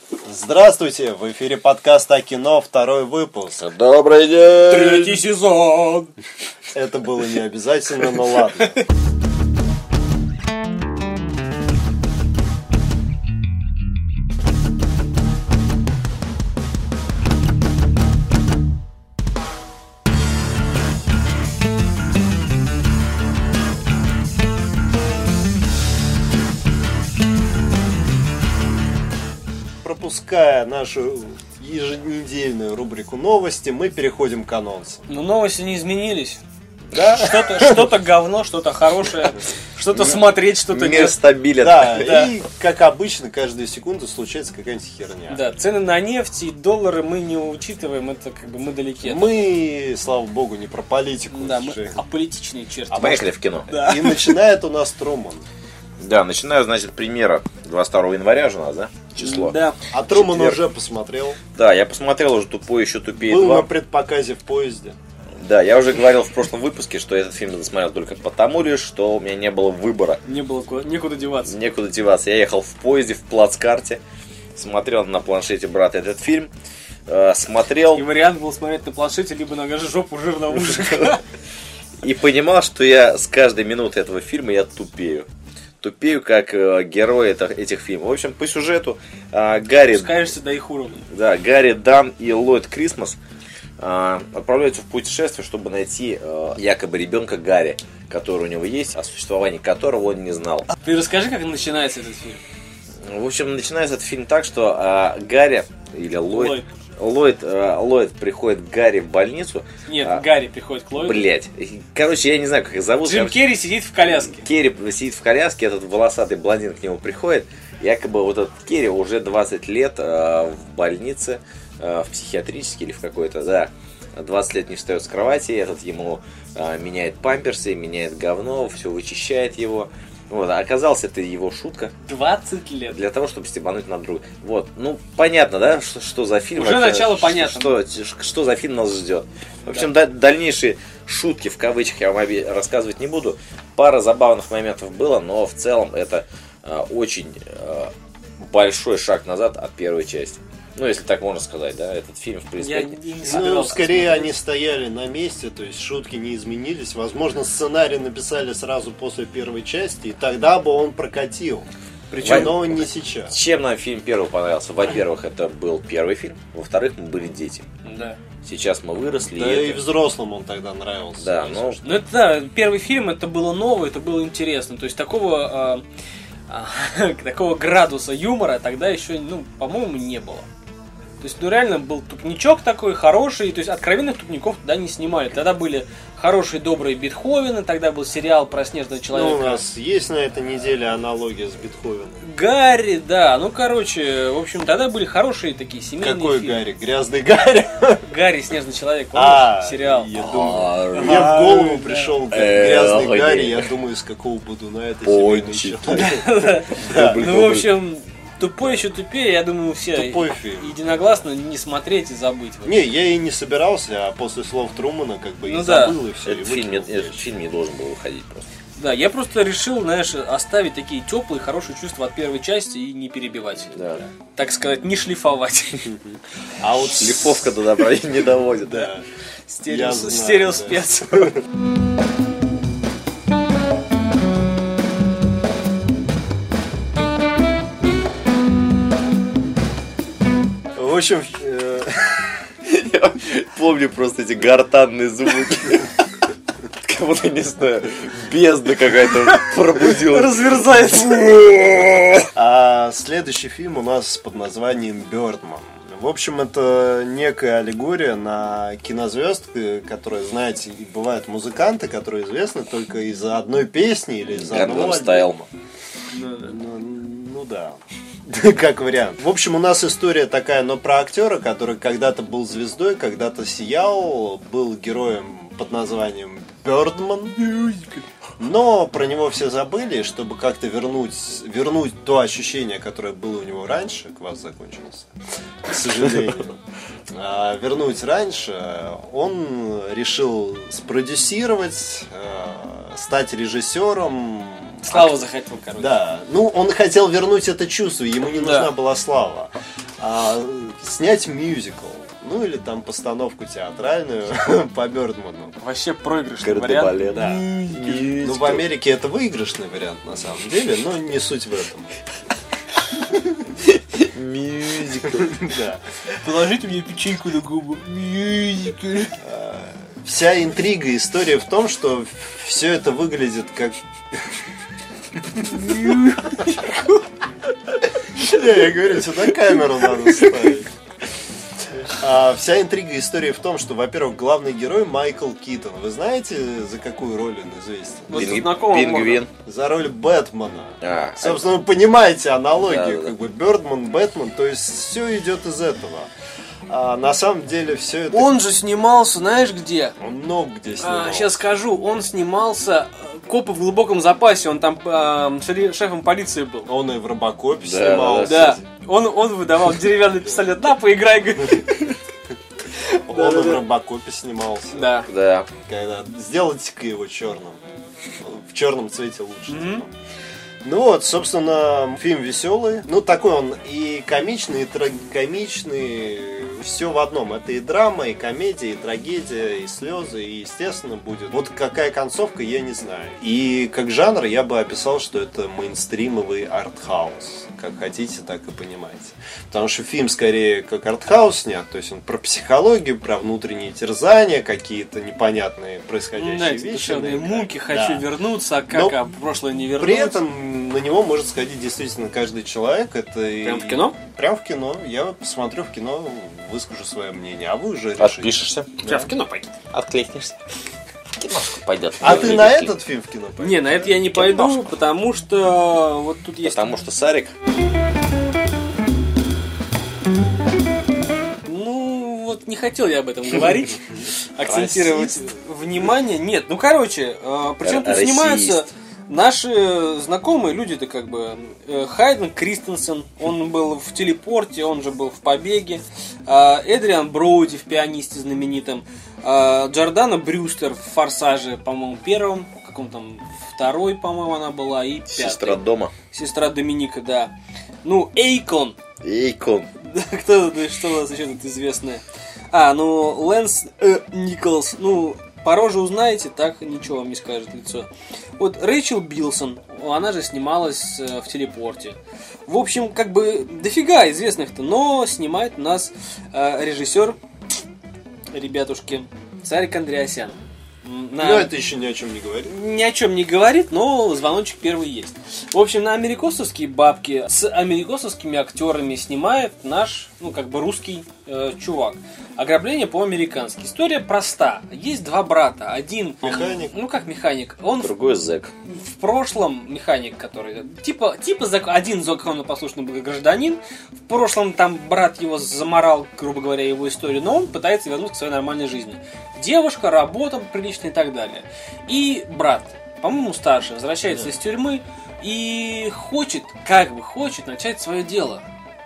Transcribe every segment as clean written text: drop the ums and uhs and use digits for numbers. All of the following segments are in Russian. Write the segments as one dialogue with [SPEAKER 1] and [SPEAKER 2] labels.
[SPEAKER 1] Здравствуйте, в эфире подкаста о кино, второй выпуск.
[SPEAKER 2] Добрый день!
[SPEAKER 3] Третий сезон!
[SPEAKER 1] Это было не обязательно, но ладно. Пропуская нашу еженедельную рубрику новости, мы переходим к анонсам.
[SPEAKER 3] Но новости не изменились.
[SPEAKER 1] Да?
[SPEAKER 3] Что-то говно, что-то хорошее, что-то смотреть, что-то
[SPEAKER 2] Мир
[SPEAKER 3] нет.
[SPEAKER 2] стабилен.
[SPEAKER 1] Да,
[SPEAKER 3] Да.
[SPEAKER 1] и как обычно, каждую секунду случается какая-нибудь херня.
[SPEAKER 3] Да, цены на нефть и доллары мы не учитываем, это как бы мы далеки. от
[SPEAKER 1] Мы, слава богу, не про политику.
[SPEAKER 3] этого. Да, мы
[SPEAKER 1] Жень.
[SPEAKER 3] аполитичные черти.
[SPEAKER 2] Поехали в кино.
[SPEAKER 3] Да.
[SPEAKER 1] И начинает у нас Труман.
[SPEAKER 2] Да, начинаю, значит, премьера 22 января же у нас, да? Число.
[SPEAKER 3] Да.
[SPEAKER 1] А Труман
[SPEAKER 2] Четверг.
[SPEAKER 1] уже посмотрел.
[SPEAKER 2] Да, я посмотрел уже «Тупой, еще тупее
[SPEAKER 1] Был
[SPEAKER 2] 2».
[SPEAKER 1] на предпоказе в поезде.
[SPEAKER 2] Да, я уже говорил в прошлом выпуске, что этот фильм досмотрел только потому лишь, что у меня не было выбора.
[SPEAKER 3] Не было некуда деваться.
[SPEAKER 2] Некуда деваться. Я ехал в поезде, в плацкарте, смотрел на планшете брата этот фильм, смотрел
[SPEAKER 3] И вариант был смотреть на планшете, либо на жопу жирного мужика.
[SPEAKER 2] и понимал, что я с каждой минуты этого фильма я тупею. Тупею, как герои этих фильмов. В общем, по сюжету Гарри,
[SPEAKER 3] Спускаешься до их уровня.
[SPEAKER 2] да, Гарри Дан и Ллойд Крисмас отправляются в путешествие, чтобы найти якобы ребенка Гарри, который у него есть, о существовании которого он не знал.
[SPEAKER 3] Ты расскажи, как начинается этот фильм.
[SPEAKER 2] В общем, начинается этот фильм так, что Гарри или Ллойд приходит к Гарри в больницу.
[SPEAKER 3] Нет, Гарри приходит к Ллойду.
[SPEAKER 2] Блять. Короче, я не знаю, как их зовут.
[SPEAKER 3] Джим Керри сидит в коляске.
[SPEAKER 2] Керри сидит в коляске, этот волосатый блондин к нему приходит. Якобы вот этот Керри уже 20 лет в больнице, в психиатрической или в какой-то, да. 20 лет не встает с кровати, этот ему меняет памперсы, меняет говно, все вычищает его. Вот, а оказалось, это его шутка
[SPEAKER 3] 20 лет.
[SPEAKER 2] для того, чтобы стебануть на друга. Вот, ну, понятно, да, что за фильм.
[SPEAKER 3] Уже
[SPEAKER 2] вообще,
[SPEAKER 3] начало понятно.
[SPEAKER 2] Что за фильм нас ждет. В общем, дальнейшие шутки, в кавычках, я вам рассказывать не буду. Пара забавных моментов было, но в целом это очень большой шаг назад от первой части. Ну, если так можно сказать, да, этот фильм, в принципе...
[SPEAKER 3] Я не
[SPEAKER 1] Ну,
[SPEAKER 3] собирался
[SPEAKER 1] скорее
[SPEAKER 3] смотреть.
[SPEAKER 1] они стояли на месте, то есть шутки не изменились. Возможно, сценарий написали сразу после первой части, и тогда бы он прокатил.
[SPEAKER 3] Причем
[SPEAKER 1] Но не сейчас.
[SPEAKER 2] Чем нам фильм первый понравился? Во-первых, это был первый фильм. Во-вторых, мы были дети.
[SPEAKER 3] Да.
[SPEAKER 2] Сейчас мы выросли.
[SPEAKER 1] Да и
[SPEAKER 2] это-
[SPEAKER 1] взрослым он тогда нравился.
[SPEAKER 2] Да,
[SPEAKER 1] если
[SPEAKER 2] ну,
[SPEAKER 1] что.
[SPEAKER 3] Ну это да, первый фильм, это было ново, это было интересно. То есть такого такого градуса юмора тогда еще, ну, по-моему, не было. То есть, ну, реально был тупничок такой хороший, то есть откровенных тупников тогда не снимали. Тогда были хорошие, добрые Бетховены, тогда был сериал про снежного
[SPEAKER 1] Ну,
[SPEAKER 3] человека.
[SPEAKER 1] у нас есть на этой неделе аналогия с Бетховеном.
[SPEAKER 3] Гарри, да, ну, короче, в общем, тогда были хорошие такие семейные
[SPEAKER 1] Какой
[SPEAKER 3] фильмы.
[SPEAKER 1] Гарри? Грязный Гарри?
[SPEAKER 3] Гарри, снежный человек, помнишь, сериал?
[SPEAKER 1] Я думаю, мне в голову пришел грязный Гарри, я думаю, с какого Будуна это семейный
[SPEAKER 2] Пончик.
[SPEAKER 1] человек.
[SPEAKER 3] Ну, в общем, тупой еще тупее, я думаю, все
[SPEAKER 1] Тупой фильм.
[SPEAKER 3] единогласно не смотреть и забыть. вообще.
[SPEAKER 1] Не, я и не собирался, а после слов Трумана как бы
[SPEAKER 3] Ну
[SPEAKER 1] и
[SPEAKER 3] да.
[SPEAKER 1] забыл, и все.
[SPEAKER 2] Этот фильм не должен был выходить просто.
[SPEAKER 3] Да, я просто решил, знаешь, оставить такие теплые, хорошие чувства от первой части и не перебивать.
[SPEAKER 2] Да.
[SPEAKER 3] Так сказать, не шлифовать.
[SPEAKER 1] А вот
[SPEAKER 2] Шлифовка до добра не доводит.
[SPEAKER 1] Да. Я знаю,
[SPEAKER 3] Стереоспец.
[SPEAKER 1] В общем,
[SPEAKER 2] Я помню просто эти гортанные звуки. Как будто, не знаю, бездна какая-то пробудилась.
[SPEAKER 3] Разверзается.
[SPEAKER 1] а следующий фильм у нас под названием «Бёрдман». В общем, это некая аллегория на кинозвезд, которые, знаете, бывают музыканты, которые известны только из-за одной песни или из-за одного
[SPEAKER 2] Gangnam Style.
[SPEAKER 1] альбома. Ну да. Как вариант. В общем, у нас история такая, но про актера, который когда-то был звездой, когда-то сиял, был героем под названием Бёрдман. Но про него все забыли, чтобы как-то вернуть то ощущение, которое было у него раньше. Квас закончился, к сожалению. Вернуть раньше, он решил спродюсировать, стать режиссером.
[SPEAKER 3] Славу захотел, короче.
[SPEAKER 1] Да, ну он хотел вернуть это чувство, ему не нужна была слава. снять мюзикл. Ну или там постановку театральную по Бёрдману.
[SPEAKER 3] Вообще проигрышный вариант.
[SPEAKER 2] Кардебалет.
[SPEAKER 3] Да.
[SPEAKER 1] Ну в Америке это выигрышный вариант на самом деле, но не суть в этом.
[SPEAKER 2] Мюзикл.
[SPEAKER 1] Да.
[SPEAKER 3] Положите мне печеньку на губы. Мюзикл.
[SPEAKER 1] Вся интрига и история в том, что все это выглядит как... Я говорю, сюда камеру надо ставить. Вся интрига и история в том, что, во-первых, главный герой Майкл Китон. Вы знаете, за какую роль он известен?
[SPEAKER 3] Вот знакомый
[SPEAKER 2] Пингвин.
[SPEAKER 1] За роль Бэтмена. Собственно, вы понимаете аналогию,
[SPEAKER 2] Да.
[SPEAKER 1] как бы Бёрдман, Бэтмен, то есть все идет из этого. А на самом деле все это...
[SPEAKER 3] Он же снимался, знаешь где?
[SPEAKER 1] Он много где снимался.
[SPEAKER 3] Сейчас скажу, он снимался «Копы в глубоком запасе», он там шефом полиции был.
[SPEAKER 1] Он и в Робокопе
[SPEAKER 2] Да,
[SPEAKER 1] снимался.
[SPEAKER 3] Да, он выдавал деревянный пистолет. На, поиграй, говорит.
[SPEAKER 1] Он и в Робокопе снимался.
[SPEAKER 3] Да.
[SPEAKER 2] Да.
[SPEAKER 1] Когда сделайте-ка его черным. В черном цвете лучше. Ну вот, собственно, фильм веселый. Ну, такой он и комичный, и трагикомичный. Все в одном. Это и драма, и комедия, и трагедия, и слезы, и, естественно, будет. Вот какая концовка, я не знаю. И как жанр я бы описал, что это мейнстримовый артхаус. Как хотите, так и понимаете. Потому что фильм скорее как артхаус снят. То есть он про психологию, про внутренние терзания, какие-то непонятные происходящие вещи.
[SPEAKER 3] Душевные муки,
[SPEAKER 1] Да.
[SPEAKER 3] хочу вернуться, а как,
[SPEAKER 1] Но
[SPEAKER 3] а прошлое не вернуть.
[SPEAKER 1] При этом на него может сходить действительно каждый человек. Это
[SPEAKER 3] Прям в кино?
[SPEAKER 1] Прям в кино. Я посмотрю в кино, выскажу свое мнение. А вы уже решите.
[SPEAKER 2] Отпишешься.
[SPEAKER 3] Прям в кино пойдет.
[SPEAKER 2] Откликнешься. В киношку пойдет.
[SPEAKER 1] А ты на этот фильм в кино пойдешь?
[SPEAKER 3] Не, на это я не пойду, потому что вот тут есть...
[SPEAKER 2] Потому что Сарик...
[SPEAKER 3] Ну, вот не хотел я об этом говорить, акцентировать внимание. Нет, ну короче, причем тут
[SPEAKER 2] Расист.
[SPEAKER 3] снимаются наши знакомые люди-то как бы. Хайден Кристенсен, он был в «Телепорте», он же был в «Побеге». Эдриан Броуди в «Пианисте» знаменитом. Джордана Брюстер в «Форсаже», по-моему, первом. В каком там второй, по-моему, она была. И пятый.
[SPEAKER 2] Сестра дома.
[SPEAKER 3] Сестра Доминика, да. Ну, Эйкон.
[SPEAKER 2] Эйкон.
[SPEAKER 3] Кто, да, что у нас еще тут известное? Ну, Лэнс Николс. Ну, по роже узнаете, так ничего вам не скажет лицо. Вот Рэйчел Билсон, она же снималась в «Телепорте». В общем, как бы дофига известных-то, но снимает у нас режиссер, ребятушки, Сарик Андреасян.
[SPEAKER 1] Ну, это еще ни о чем не говорит.
[SPEAKER 3] Ни о чем не говорит, но звоночек первый есть. В общем, на америкосовские бабки с америкосовскими актерами снимает наш, ну, как бы русский чувак. Ограбление по-американски. История проста. Есть два брата. Один...
[SPEAKER 1] Механик.
[SPEAKER 3] Ну, как механик. Он
[SPEAKER 2] Другой зэк.
[SPEAKER 3] в прошлом механик, который... Типа один законопослушный был гражданин. В прошлом там брат его заморал, грубо говоря, его историю. Но он пытается вернуться к своей нормальной жизни. Девушка, работа приличная и так далее. И брат, по-моему, старший, возвращается из тюрьмы и хочет начать свое дело.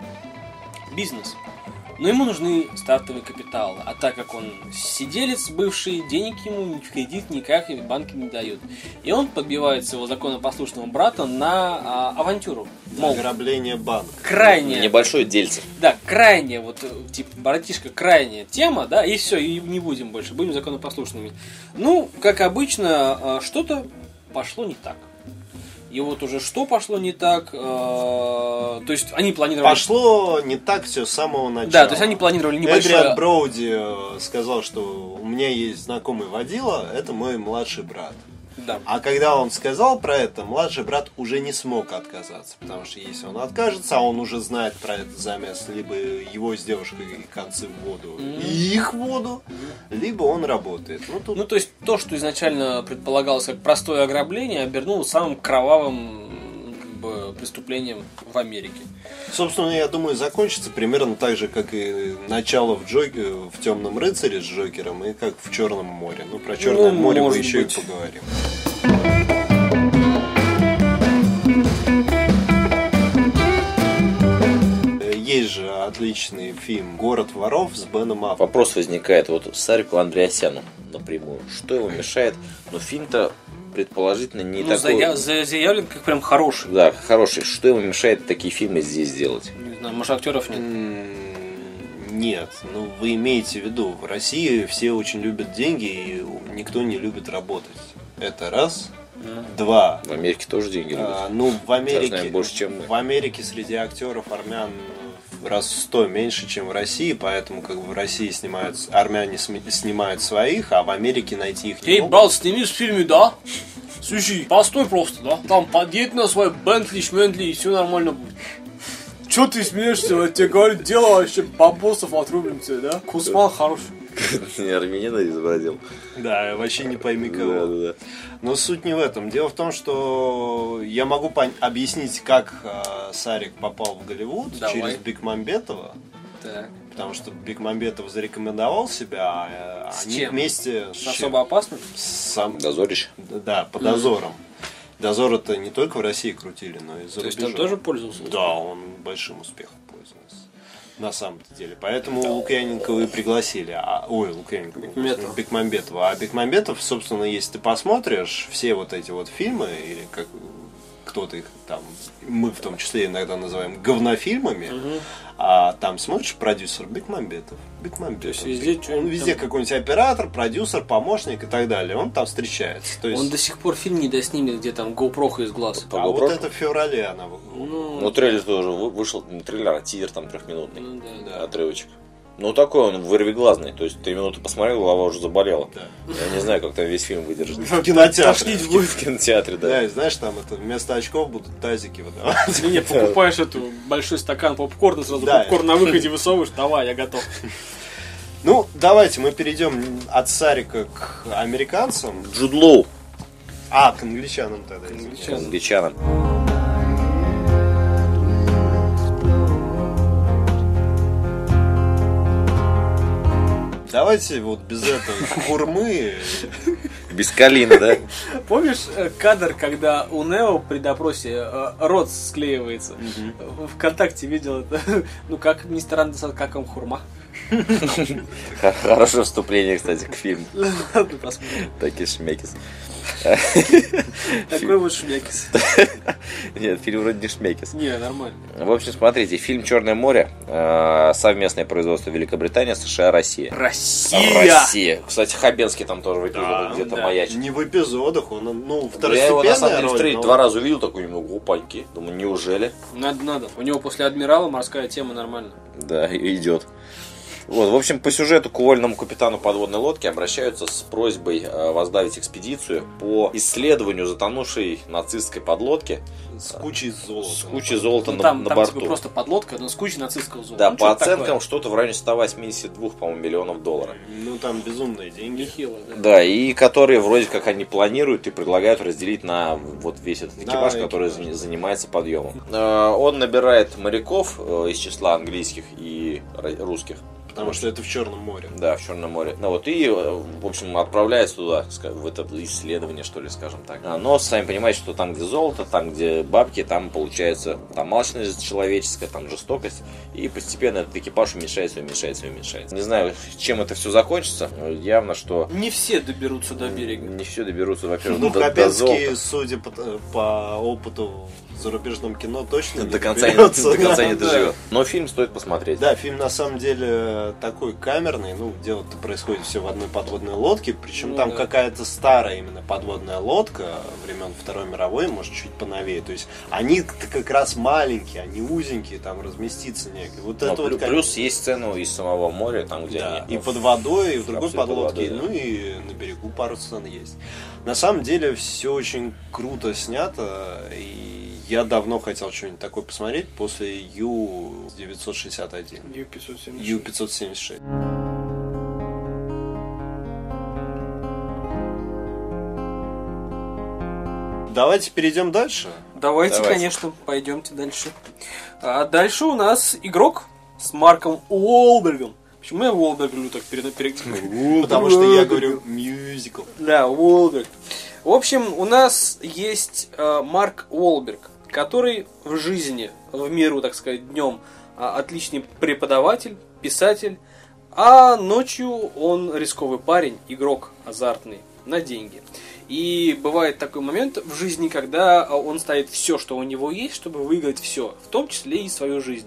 [SPEAKER 3] Бизнес. Но ему нужны стартовые капиталы. А так как он сиделец бывший, денег ему в кредит никак банки не дают. И он подбивает своего законопослушного брата на авантюру. Мол,
[SPEAKER 1] Ограбление банка.
[SPEAKER 3] крайне...
[SPEAKER 2] Небольшое дельце.
[SPEAKER 3] Да, крайне, вот, типа, братишка, крайняя тема, да, и все, и не будем больше, будем законопослушными. Ну, как обычно, что-то пошло не так. И вот уже что пошло не так, то есть они планировали...
[SPEAKER 1] Пошло не так все с самого начала.
[SPEAKER 3] Да, то есть они планировали небольшое...
[SPEAKER 1] Эдриан Броуди сказал, что у меня есть знакомый водила, это мой младший брат.
[SPEAKER 3] Да.
[SPEAKER 1] А когда он сказал про это, младший брат уже не смог отказаться. Потому что если он откажется, а он уже знает про этот замес, либо его с девушкой концы в воду, и их в воду, либо он работает. Ну, тут...
[SPEAKER 3] Ну, то есть то, что изначально предполагалось как простое ограбление, обернулось самым кровавым как бы, преступлением в Америке.
[SPEAKER 1] Собственно, я думаю, закончится примерно так же, как и начало в «Темном рыцаре» с Джокером и как в «Черном море». Ну, про «Черное море» мы
[SPEAKER 3] может
[SPEAKER 1] еще
[SPEAKER 3] быть.
[SPEAKER 1] и поговорим. Есть же отличный фильм «Город воров» с Беном Аффлеком.
[SPEAKER 2] Вопрос возникает вот Сарику Андреасяну напрямую. Что его мешает? Но фильм-то предположительно не
[SPEAKER 3] Ну,
[SPEAKER 2] такой...
[SPEAKER 3] заявлен как прям хороший.
[SPEAKER 2] Да, хороший. Что ему мешает такие фильмы здесь делать?
[SPEAKER 3] Не Не знаю, может, актеров нет?
[SPEAKER 1] Нет, ну вы имеете в виду, в России все очень любят деньги, и никто не любит работать. Это раз. Два.
[SPEAKER 2] В Америке тоже деньги любят.
[SPEAKER 1] Ну, в Америке,
[SPEAKER 2] знаем больше, чем мы.
[SPEAKER 1] в Америке среди актеров армян раз в 100 меньше, чем в России, поэтому как бы в России армяне снимают своих, а в Америке найти их не
[SPEAKER 3] Эй,
[SPEAKER 1] могут.
[SPEAKER 3] брат, снимись в фильме, да? Слушай, постой просто, да? Там подъедь на свой Бентли, Шментли, и все нормально будет. Че ты смеешься? Я тебе говорю, дело вообще бабосов отрубим тебе, да? Кусман хороший.
[SPEAKER 2] Не армянина изобразил.
[SPEAKER 1] Да, вообще не пойми кого.
[SPEAKER 2] Да.
[SPEAKER 1] Но суть не в этом. Дело в том, что я могу объяснить, как Сарик попал в Голливуд.
[SPEAKER 3] Давай.
[SPEAKER 1] Через Бекмамбетова.
[SPEAKER 3] Так.
[SPEAKER 1] Потому что Бекмамбетов зарекомендовал себя, а
[SPEAKER 3] С
[SPEAKER 1] они
[SPEAKER 3] чем?
[SPEAKER 1] вместе
[SPEAKER 3] С особо опасным?
[SPEAKER 2] Дозорище.
[SPEAKER 1] Да, по дозорам. Дозоры-то не только в России крутили, но и за
[SPEAKER 3] То есть
[SPEAKER 1] рубежом.
[SPEAKER 3] он тоже пользовался?
[SPEAKER 1] Да, он большим успехом пользовался. На самом-то деле. Поэтому Лукьяненкова и пригласили.
[SPEAKER 3] Бекмамбетова.
[SPEAKER 1] Бекмамбетова. А Бекмамбетов, собственно, если ты посмотришь все вот эти вот фильмы, или как кто-то их там, мы в том числе иногда называем говнофильмами, а там смотришь продюсер Бекмамбетов.
[SPEAKER 3] То есть везде
[SPEAKER 1] Он везде
[SPEAKER 3] там...
[SPEAKER 1] какой-нибудь оператор, продюсер, помощник и так далее. Он там встречается. То есть...
[SPEAKER 3] Он до сих пор фильм не доснимет, где там GoPro из глаз.
[SPEAKER 2] По
[SPEAKER 1] А
[SPEAKER 2] GoPro?
[SPEAKER 1] вот это в феврале она
[SPEAKER 2] Ну, трейлер тоже вышел, не трейлер, а тизер там 3-минутный.
[SPEAKER 3] Ну, да.
[SPEAKER 2] Отрывочек. Ну, такой он вырвиглазный. То есть 3 минуты посмотрел, голова уже заболела.
[SPEAKER 1] Да.
[SPEAKER 2] Я не знаю, как там весь фильм выдержит.
[SPEAKER 1] в кинотеатре.
[SPEAKER 2] В кинотеатре, да.
[SPEAKER 1] Да, и знаешь, там это вместо очков будут тазики выдавать.
[SPEAKER 3] Не, покупаешь эту большой стакан попкорна, сразу
[SPEAKER 1] Да.
[SPEAKER 3] попкорн на выходе высовываешь, давай, я готов.
[SPEAKER 1] Ну, давайте мы перейдем от Сарика к американцам.
[SPEAKER 2] Джуд Лоу.
[SPEAKER 1] К англичанам тогда. извиняюсь.
[SPEAKER 3] Сейчас.
[SPEAKER 2] Англичанам.
[SPEAKER 1] Давайте вот без этого хурмы.
[SPEAKER 2] Без калины, да?
[SPEAKER 3] Помнишь кадр, когда у Нео при допросе рот склеивается? В ВКонтакте видел это. Ну, как мистер Андерсон, как вам хурма?
[SPEAKER 2] Хорошее вступление, кстати, к фильму.
[SPEAKER 3] Ладно, посмотрим.
[SPEAKER 2] Такие шмекис.
[SPEAKER 3] Такой вот шмекис.
[SPEAKER 2] Нет, фильм вроде не шмекис.
[SPEAKER 3] Не, нормально.
[SPEAKER 2] В общем, смотрите, фильм «Черное море», совместное производство Великобритания, США, Россия. Россия. Кстати, Хабенский там тоже в эпизоде где-то
[SPEAKER 3] да.
[SPEAKER 2] маячит.
[SPEAKER 1] Не в эпизодах, он, ну,
[SPEAKER 2] Я его на самом
[SPEAKER 1] второстепенная
[SPEAKER 2] деле в
[SPEAKER 1] роль.
[SPEAKER 2] трейлере
[SPEAKER 1] но-
[SPEAKER 2] 2 раза увидел, такой немного упаньки. Думаю, неужели?
[SPEAKER 3] Надо. У него после Адмирала морская тема нормально.
[SPEAKER 2] Да, идет. Вот, в общем, по сюжету к вольному капитану подводной лодки обращаются с просьбой возглавить экспедицию по исследованию затонувшей нацистской подлодки
[SPEAKER 1] С кучей золота.
[SPEAKER 2] с кучей золота
[SPEAKER 3] Ну,
[SPEAKER 2] на
[SPEAKER 3] там
[SPEAKER 2] борту.
[SPEAKER 3] типа просто подлодка, но с кучей нацистского золота.
[SPEAKER 2] Да,
[SPEAKER 3] Ну,
[SPEAKER 2] по
[SPEAKER 3] что-то
[SPEAKER 2] оценкам
[SPEAKER 3] такое.
[SPEAKER 2] что-то в районе 182, по-моему, миллионов долларов.
[SPEAKER 1] Ну, там безумные деньги.
[SPEAKER 3] Нехило, да.
[SPEAKER 2] Да, и которые вроде как они планируют и предлагают разделить на вот весь этот экипаж,
[SPEAKER 1] Да,
[SPEAKER 2] который
[SPEAKER 1] экипаж.
[SPEAKER 2] занимается подъемом. Он набирает моряков из числа английских и русских.
[SPEAKER 1] Потому что это в Черном море.
[SPEAKER 2] Да, в Черном море. Ну вот и, в общем, отправляется туда, в это исследование, что ли, скажем так. Но сами понимаете, что там, где золото, там, где бабки, там получается там алчность человеческая, там жестокость. И постепенно этот экипаж уменьшается. Не знаю, чем это все закончится. Явно, что
[SPEAKER 3] Не все доберутся до берега.
[SPEAKER 2] не все доберутся, во-первых,
[SPEAKER 1] Ну,
[SPEAKER 2] до
[SPEAKER 1] Хабенский,
[SPEAKER 2] золота.
[SPEAKER 1] судя по опыту в зарубежном кино, точно не
[SPEAKER 2] До конца
[SPEAKER 1] доберется.
[SPEAKER 2] не
[SPEAKER 1] Да.
[SPEAKER 2] доживет. Но фильм стоит посмотреть.
[SPEAKER 1] Да, фильм на самом деле такой камерный. Ну, дело-то происходит все в одной подводной лодке. Причем
[SPEAKER 3] Ну
[SPEAKER 1] там
[SPEAKER 3] да.
[SPEAKER 1] какая-то старая именно подводная лодка времен Второй мировой, может, чуть поновее. То есть они как раз маленькие, они узенькие, там разместиться негде. Вот
[SPEAKER 2] Но
[SPEAKER 1] это вот
[SPEAKER 2] плюс есть сцену из самого моря, там, где
[SPEAKER 1] да,
[SPEAKER 2] они...
[SPEAKER 1] и под водой, и в другой
[SPEAKER 2] Абсолютно под
[SPEAKER 1] подлодке,
[SPEAKER 2] водой, да.
[SPEAKER 1] ну и на берегу пару сцен есть. На самом деле все очень круто снято, и я давно хотел что-нибудь такое посмотреть после Ю-961,
[SPEAKER 3] Ю-576.
[SPEAKER 1] Ю-576. Давайте перейдем дальше.
[SPEAKER 3] Давайте, конечно, пойдемте дальше. А дальше у нас игрок с Марком Уолбергом. Почему я Уолберг люблю так
[SPEAKER 1] Потому что я говорю мюзикл.
[SPEAKER 3] Да, Уолберг. В общем, у нас есть Марк Уолберг, который в жизни, в миру, так сказать, днем отличный преподаватель, писатель, а ночью он рисковый парень, игрок азартный, на деньги. И бывает такой момент в жизни, когда он ставит все, что у него есть, чтобы выиграть все, в том числе и свою жизнь.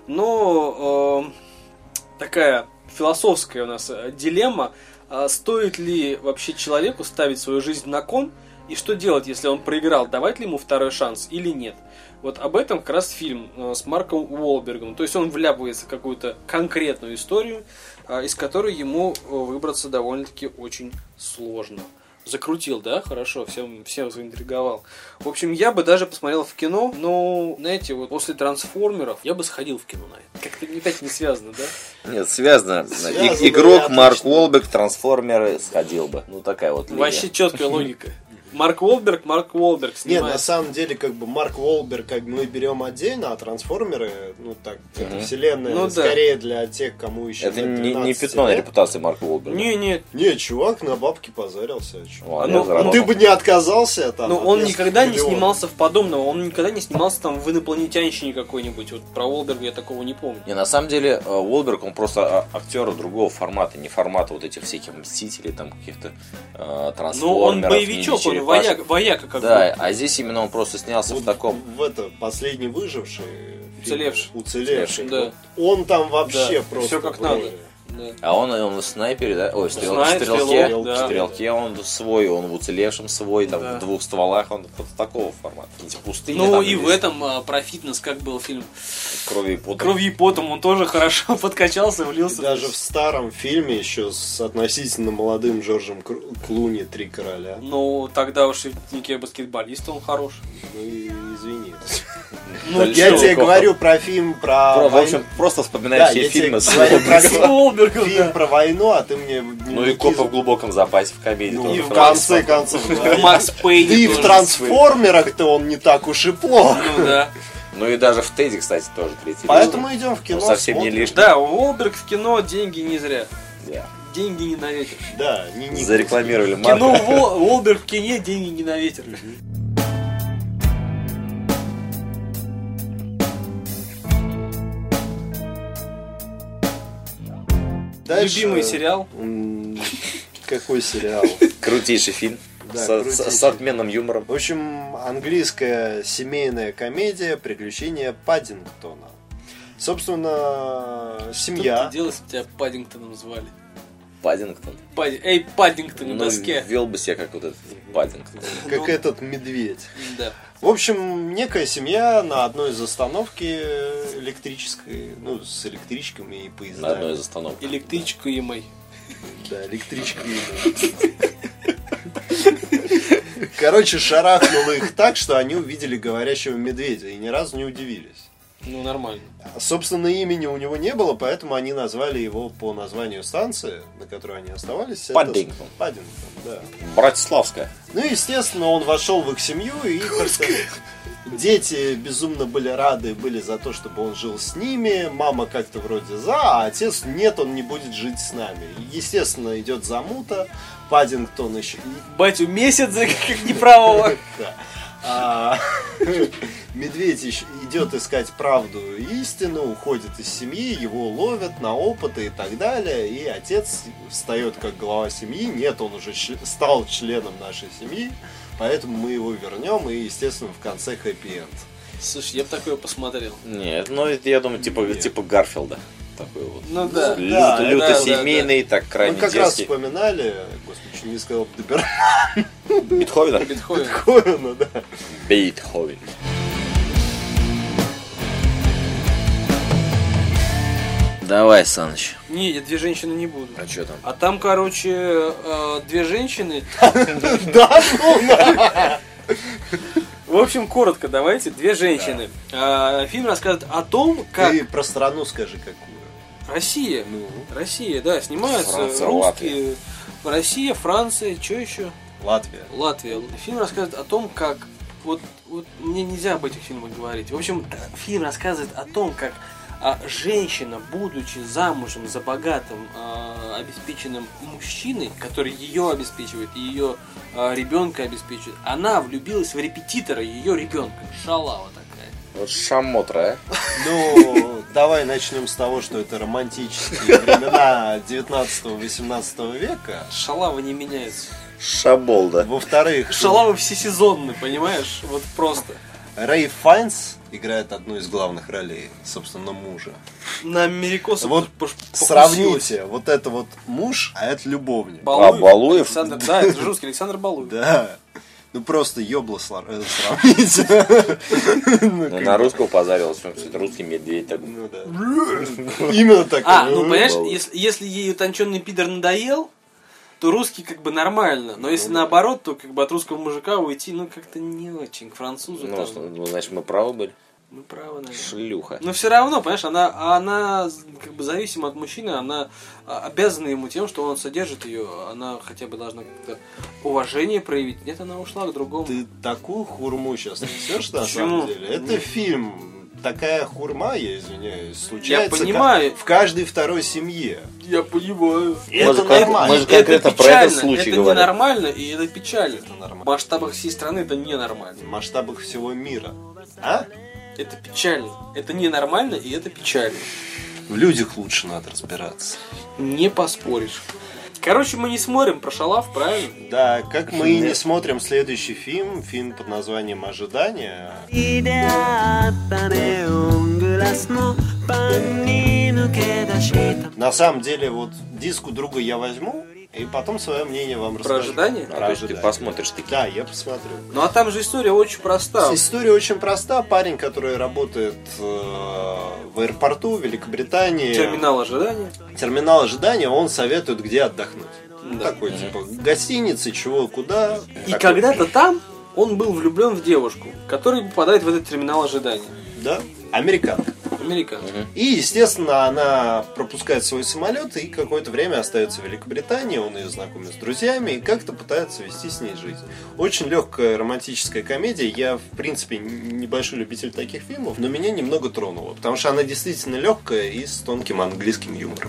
[SPEAKER 3] Но такая философская у нас дилемма, стоит ли вообще человеку ставить свою жизнь на кон, и что делать, если он проиграл, давать ли ему второй шанс или нет. Вот об этом как раз фильм с Марком Уолбергом. То есть он вляпывается в какую-то конкретную историю, из которой ему выбраться довольно-таки очень сложно. Закрутил, да? Хорошо, всем заинтриговал. В общем, я бы даже посмотрел в кино, но, знаете, вот после «Трансформеров» я бы сходил в кино на это. Как-то опять не связано, да?
[SPEAKER 2] Нет, связано. Игрок Марк Уолберг, трансформеры, сходил бы. Ну, такая вот линия.
[SPEAKER 3] Вообще четкая логика. Марк Уолберг снимает.
[SPEAKER 1] Нет, на самом деле, как бы Марк Уолберг, как бы мы берем отдельно, а трансформеры, ну так, это вселенная скорее для тех, кому еще.
[SPEAKER 2] Это не пятно на репутации Марка Уолберга.
[SPEAKER 3] Не,
[SPEAKER 1] чувак на бабки позарился.
[SPEAKER 2] Ты
[SPEAKER 1] бы не отказался там.
[SPEAKER 3] Но он никогда не снимался в подобном, он никогда не снимался там в «Инопланетянщине» какой-нибудь. Вот про Уолберга я такого не помню.
[SPEAKER 2] Не, на самом деле, Уолберг, он просто актер другого формата, не формата вот этих всяких Мстителей, там каких-то трансформеров.
[SPEAKER 3] Ну, он боевичок, он вояка как бы.
[SPEAKER 2] Да, а здесь именно он просто снялся
[SPEAKER 1] вот
[SPEAKER 2] в таком...
[SPEAKER 1] В это, последний выживший.
[SPEAKER 3] Уцелевший. Да.
[SPEAKER 1] Он там вообще просто...
[SPEAKER 3] Все как надо. Да.
[SPEAKER 2] А он в снайпере, да? Ой, в стрелке он свой, он в уцелевшем свой, там в двух стволах, он вот такого формата. Какие-то пустыни.
[SPEAKER 3] Ну и в этом про фитнес, как был фильм
[SPEAKER 2] «Кровью и
[SPEAKER 3] потом», он тоже хорошо подкачался, влился.
[SPEAKER 1] И даже в старом фильме еще с относительно молодым Джорджем Клуни «Три короля».
[SPEAKER 3] Ну, тогда уж в баскетболиста он хорош.
[SPEAKER 1] Ну, извини.
[SPEAKER 2] Я
[SPEAKER 1] тебе говорю про фильм про...
[SPEAKER 2] В общем, просто вспоминай все фильмы с
[SPEAKER 3] Уолбергом.
[SPEAKER 1] Фильм про войну, а ты мне...
[SPEAKER 2] Ну и «Копы в глубоком запасе» в комедии.
[SPEAKER 1] И в конце концов.
[SPEAKER 3] Макс Пейн.
[SPEAKER 1] И в «Трансформерах»-то он не так уж и плох.
[SPEAKER 3] Ну да.
[SPEAKER 2] Ну и даже в «Теди», кстати, тоже третий.
[SPEAKER 1] Поэтому идем в кино.
[SPEAKER 2] Совсем не лишний.
[SPEAKER 3] Да, Уолберг в кино, деньги не зря.
[SPEAKER 2] Да.
[SPEAKER 3] Деньги не на ветер.
[SPEAKER 1] Да,
[SPEAKER 2] зарекламировали Марка.
[SPEAKER 3] Кино Уолберг в кине, деньги не на ветер.
[SPEAKER 1] Дальше...
[SPEAKER 3] Любимый сериал?
[SPEAKER 1] Какой сериал?
[SPEAKER 2] Крутейший фильм.
[SPEAKER 1] Да,
[SPEAKER 2] с отменным юмором.
[SPEAKER 1] В общем, английская семейная комедия «Приключения Паддингтона». Собственно, семья...
[SPEAKER 3] Что ты делал, если тебя Паддингтоном звали?
[SPEAKER 2] Паддингтон?
[SPEAKER 3] Эй, Паддингтон на доске.
[SPEAKER 2] Вел бы себя как вот этот Паддингтон.
[SPEAKER 1] Как этот медведь.
[SPEAKER 3] Да.
[SPEAKER 1] В общем, некая семья на одной из остановки электрической, ну, с электричками и поездами.
[SPEAKER 2] На одной из остановок.
[SPEAKER 3] Электричка и мой.
[SPEAKER 1] Да, электричка и Короче, шарахнуло их так, что они увидели говорящего медведя и ни разу не удивились.
[SPEAKER 3] Ну, нормально.
[SPEAKER 1] Собственно, имени у него не было, поэтому они назвали его по названию станции, на которой они оставались.
[SPEAKER 2] Паддингтон.
[SPEAKER 1] Паддингтон, да.
[SPEAKER 2] Братиславская.
[SPEAKER 1] Ну, естественно, он вошел в их семью, и дети безумно были рады были за то, чтобы он жил с ними. Мама как-то вроде за, а отец нет, он не будет жить с нами. Естественно, идет замута. Паддингтон еще...
[SPEAKER 3] Батю месяц, как неправого.
[SPEAKER 1] Медведь идет искать правду и истину, уходит из семьи, его ловят на опыты и так далее. И отец встает как глава семьи. Нет, он уже стал членом нашей семьи, поэтому мы его вернем. И, естественно, в конце хэппи-энд.
[SPEAKER 3] Слушай, я бы такое посмотрел.
[SPEAKER 2] Нет, ну это, я думаю, типа Гарфилда. Такой вот.
[SPEAKER 3] Ну да.
[SPEAKER 2] Люто-семейный, так крайне
[SPEAKER 1] мы как
[SPEAKER 2] детский.
[SPEAKER 1] раз вспоминали, господи, чуть не сказал
[SPEAKER 2] Бетховена?
[SPEAKER 1] Бетховена, да.
[SPEAKER 2] Бетховен. Давай, Саныч.
[SPEAKER 3] Не, я две женщины не буду.
[SPEAKER 2] А что там?
[SPEAKER 3] А там, короче, две женщины.
[SPEAKER 1] Да, ну
[SPEAKER 3] В общем, коротко давайте. Две женщины. Фильм рассказывает о том, как...
[SPEAKER 1] Ты про страну скажи какую.
[SPEAKER 3] Россия.
[SPEAKER 1] Ну.
[SPEAKER 3] Россия, да, снимаются
[SPEAKER 2] Франция,
[SPEAKER 3] русские. Россия, Франция, что еще?
[SPEAKER 1] Латвия.
[SPEAKER 3] Фильм рассказывает о том, как... Вот мне нельзя об этих фильмах говорить. В общем, фильм рассказывает о том, как женщина, будучи замужем за богатым, обеспеченным мужчиной, который ее обеспечивает и ее ребенка обеспечивает, она влюбилась в репетитора ее ребенка. Шалава такая.
[SPEAKER 2] Вот шамотра, а?
[SPEAKER 1] Ну, давай начнем с того, что это романтические времена 19-18 века.
[SPEAKER 3] Шалава не меняется.
[SPEAKER 2] Шаболда.
[SPEAKER 1] Во-вторых,
[SPEAKER 3] Шалавы всесезонны, понимаешь? Вот просто.
[SPEAKER 1] Рэй Файнс играет одну из главных ролей, собственно, мужа.
[SPEAKER 3] На америкосов
[SPEAKER 1] Вот сравните, вот это вот муж, а это любовник.
[SPEAKER 2] Балуев?
[SPEAKER 3] Александр, да, это же русский Александр Балуев.
[SPEAKER 1] Да. Ну просто ёбло сравнить.
[SPEAKER 2] На русского позарилась, что это русский медведь.
[SPEAKER 1] Ну да. Именно так.
[SPEAKER 3] Ну понимаешь, если ей утонченный пидор надоел, то русский как бы нормально. Но если наоборот, то как бы от русского мужика уйти, ну как-то не очень. К французу там.
[SPEAKER 2] Ну, значит, мы правы были.
[SPEAKER 3] Мы правы, наверное.
[SPEAKER 2] Шлюха.
[SPEAKER 3] Но все равно, понимаешь, она как бы зависима от мужчины, она обязана ему тем, что он содержит ее, она хотя бы должна как-то уважение проявить. Нет, она ушла к другому.
[SPEAKER 1] Ты такую хурму сейчас несешь, на
[SPEAKER 3] Почему?
[SPEAKER 1] самом деле. Это фильм. Такая хурма, я извиняюсь, случается
[SPEAKER 3] Я понимаю.
[SPEAKER 1] в каждой второй семье.
[SPEAKER 3] Я понимаю.
[SPEAKER 1] Это нормально.
[SPEAKER 2] Мы же конкретно про этот случай
[SPEAKER 3] это
[SPEAKER 2] говорим.
[SPEAKER 3] Это ненормально, и это печально.
[SPEAKER 1] Это нормально.
[SPEAKER 3] В масштабах всей страны это ненормально.
[SPEAKER 1] В масштабах всего мира. А?
[SPEAKER 3] Это печально. Это ненормально, и это печально.
[SPEAKER 1] В людях лучше надо разбираться.
[SPEAKER 3] Не поспоришь. Короче, мы не смотрим про шалав, правильно?
[SPEAKER 1] Да, как мы и не смотрим следующий фильм под названием «Ожидание». На самом деле, вот диск у друга я возьму, и потом свое мнение вам расскажу.
[SPEAKER 3] ожидание?
[SPEAKER 2] То есть ты посмотришь таки.
[SPEAKER 1] Да, я посмотрю.
[SPEAKER 3] Ну а там же история очень проста.
[SPEAKER 1] История очень проста. Парень, который работает в аэропорту Великобритании.
[SPEAKER 3] Терминал ожидания.
[SPEAKER 1] Терминал ожидания, он советует, где отдохнуть. Ну,
[SPEAKER 3] Да.
[SPEAKER 1] такой, типа, гостиницы, чего, куда.
[SPEAKER 3] И
[SPEAKER 1] Такой.
[SPEAKER 3] когда-то там он был влюблен в девушку, которая попадает в этот терминал ожидания.
[SPEAKER 1] Да, американка.
[SPEAKER 3] Американка.
[SPEAKER 1] И, естественно, она пропускает свой самолет и какое-то время остается в Великобритании, он ее знакомит с друзьями и как-то пытается вести с ней жизнь. Очень легкая романтическая комедия. Я, в принципе, небольшой любитель таких фильмов, но меня немного тронула, потому что она действительно легкая и с тонким английским юмором.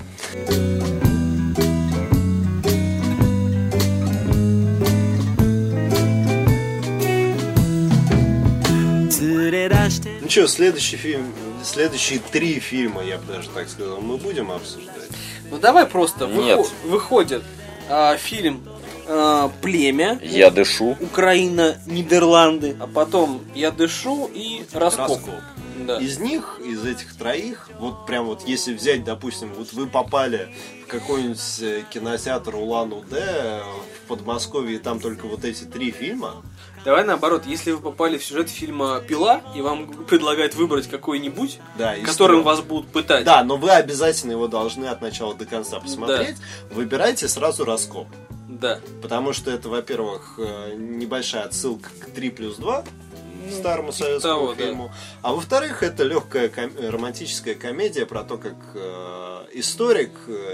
[SPEAKER 1] Ну что, следующие 3 фильма, я бы даже так сказал, мы будем обсуждать.
[SPEAKER 3] Ну давай просто.
[SPEAKER 2] Нет.
[SPEAKER 3] Выходит фильм «Племя».
[SPEAKER 2] Я дышу.
[SPEAKER 3] Украина, Нидерланды. А потом «Я дышу» и «Раскоп». Да.
[SPEAKER 1] Из них, из этих троих, вот прям вот если взять, допустим, вот вы попали в какой-нибудь кинотеатр Улан-Удэ в Подмосковье, и там только вот эти 3 фильма.
[SPEAKER 3] Давай наоборот, если вы попали в сюжет фильма «Пила», и вам предлагают выбрать какой-нибудь,
[SPEAKER 1] Да,
[SPEAKER 3] которым вас будут пытать.
[SPEAKER 1] Да, но вы обязательно его должны от начала до конца посмотреть. Выбирайте сразу «Раскоп».
[SPEAKER 3] Да.
[SPEAKER 1] Потому что это, во-первых, небольшая отсылка к 3+2, старому советскому фильму. Да. А во-вторых, это легкая романтическая комедия про то, как историк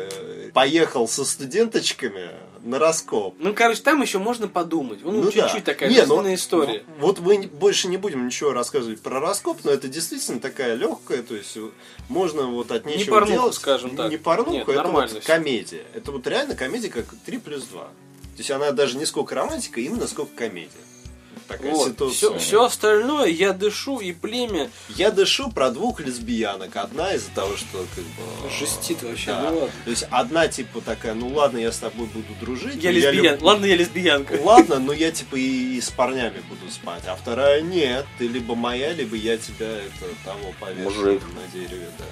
[SPEAKER 1] поехал со студенточками на раскоп.
[SPEAKER 3] Ну, короче, там еще можно подумать.
[SPEAKER 1] Ну,
[SPEAKER 3] чуть-чуть такая
[SPEAKER 1] жизненная
[SPEAKER 3] история.
[SPEAKER 1] Вот мы больше не будем ничего рассказывать про раскоп, но это действительно такая легкая, то есть можно вот от нечего
[SPEAKER 3] не порнуха,
[SPEAKER 1] делать.
[SPEAKER 3] скажем так.
[SPEAKER 1] Не порнуха,
[SPEAKER 3] Нет,
[SPEAKER 1] это
[SPEAKER 3] нормально
[SPEAKER 1] вот
[SPEAKER 3] все.
[SPEAKER 1] комедия. Это вот реально комедия как 3+2. То есть она даже не сколько романтика, именно сколько комедия. Такая
[SPEAKER 3] Вот.
[SPEAKER 1] ситуация.
[SPEAKER 3] Все остальное, «Я дышу» и «Племя».
[SPEAKER 1] Я дышу про 2 лесбиянок. Одна из-за того, что как бы...
[SPEAKER 3] Жестит вообще.
[SPEAKER 1] Да.
[SPEAKER 3] Ну, ладно.
[SPEAKER 1] То есть одна типа такая, ну ладно, я с тобой буду дружить.
[SPEAKER 3] Я лесбиянка. Ладно, я лесбиянка.
[SPEAKER 1] Ладно, но я типа и с парнями буду спать. А вторая нет, ты либо моя, либо я тебя того повешу
[SPEAKER 2] Мужик.
[SPEAKER 1] на дереве. Да.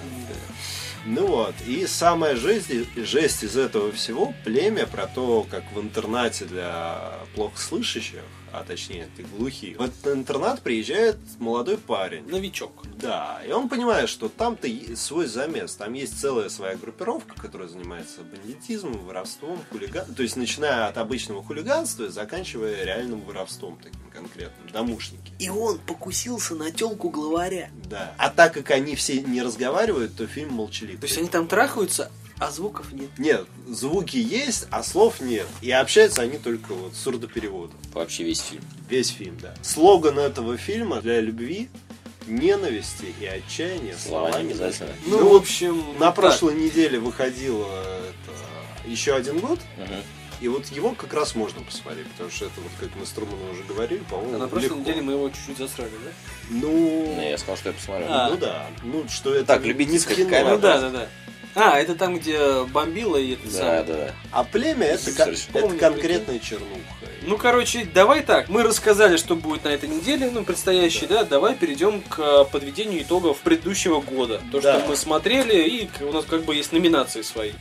[SPEAKER 1] Ну вот, и самая жесть из этого всего «Племя», про то, как в интернате для плохо слышащих, а точнее ты глухих, в этот интернат приезжает молодой парень.
[SPEAKER 3] Новичок.
[SPEAKER 1] Да, и он понимает, что там-то свой замес, там есть целая своя группировка, которая занимается бандитизмом, воровством, хулиганством, то есть начиная от обычного хулиганства и заканчивая реальным воровством таким конкретным, домушники.
[SPEAKER 3] И он покусился на тёлку главаря.
[SPEAKER 1] Да. А так как они все не разговаривают, то фильм молчалив.
[SPEAKER 3] То есть они там трахаются, а звуков нет.
[SPEAKER 1] Нет, звуки есть, а слов нет. И общаются они только вот сурдопереводом.
[SPEAKER 2] Вообще весь фильм.
[SPEAKER 1] Весь фильм, да. Слоган этого фильма для любви, ненависти и отчаяния
[SPEAKER 2] Слова не обязательно.
[SPEAKER 1] Ну,
[SPEAKER 3] в общем,
[SPEAKER 1] на
[SPEAKER 3] так.
[SPEAKER 1] прошлой неделе выходил еще один год.
[SPEAKER 2] Угу.
[SPEAKER 1] И вот его как раз можно посмотреть, потому что это вот как мы с Труманом уже говорили, по-моему,
[SPEAKER 3] А на прошлой
[SPEAKER 1] легко.
[SPEAKER 3] неделе мы его чуть-чуть засрали, да?
[SPEAKER 1] Ну,
[SPEAKER 2] Не, я сказал, что я посмотрю.
[SPEAKER 3] А.
[SPEAKER 1] ну да. Ну, что это
[SPEAKER 2] Так,
[SPEAKER 1] не
[SPEAKER 2] любительская
[SPEAKER 1] кино.
[SPEAKER 2] камера.
[SPEAKER 3] Ну да. А, это там, где бомбило и это самое.
[SPEAKER 2] Да.
[SPEAKER 1] А племя это
[SPEAKER 3] Помню,
[SPEAKER 1] конкретная чернуха.
[SPEAKER 3] Ну, короче, давай так. Мы рассказали, что будет на этой неделе, ну, предстоящей, да. Давай перейдем к подведению итогов предыдущего года. То,
[SPEAKER 1] Да.
[SPEAKER 3] что мы смотрели, и у нас как бы есть номинации свои.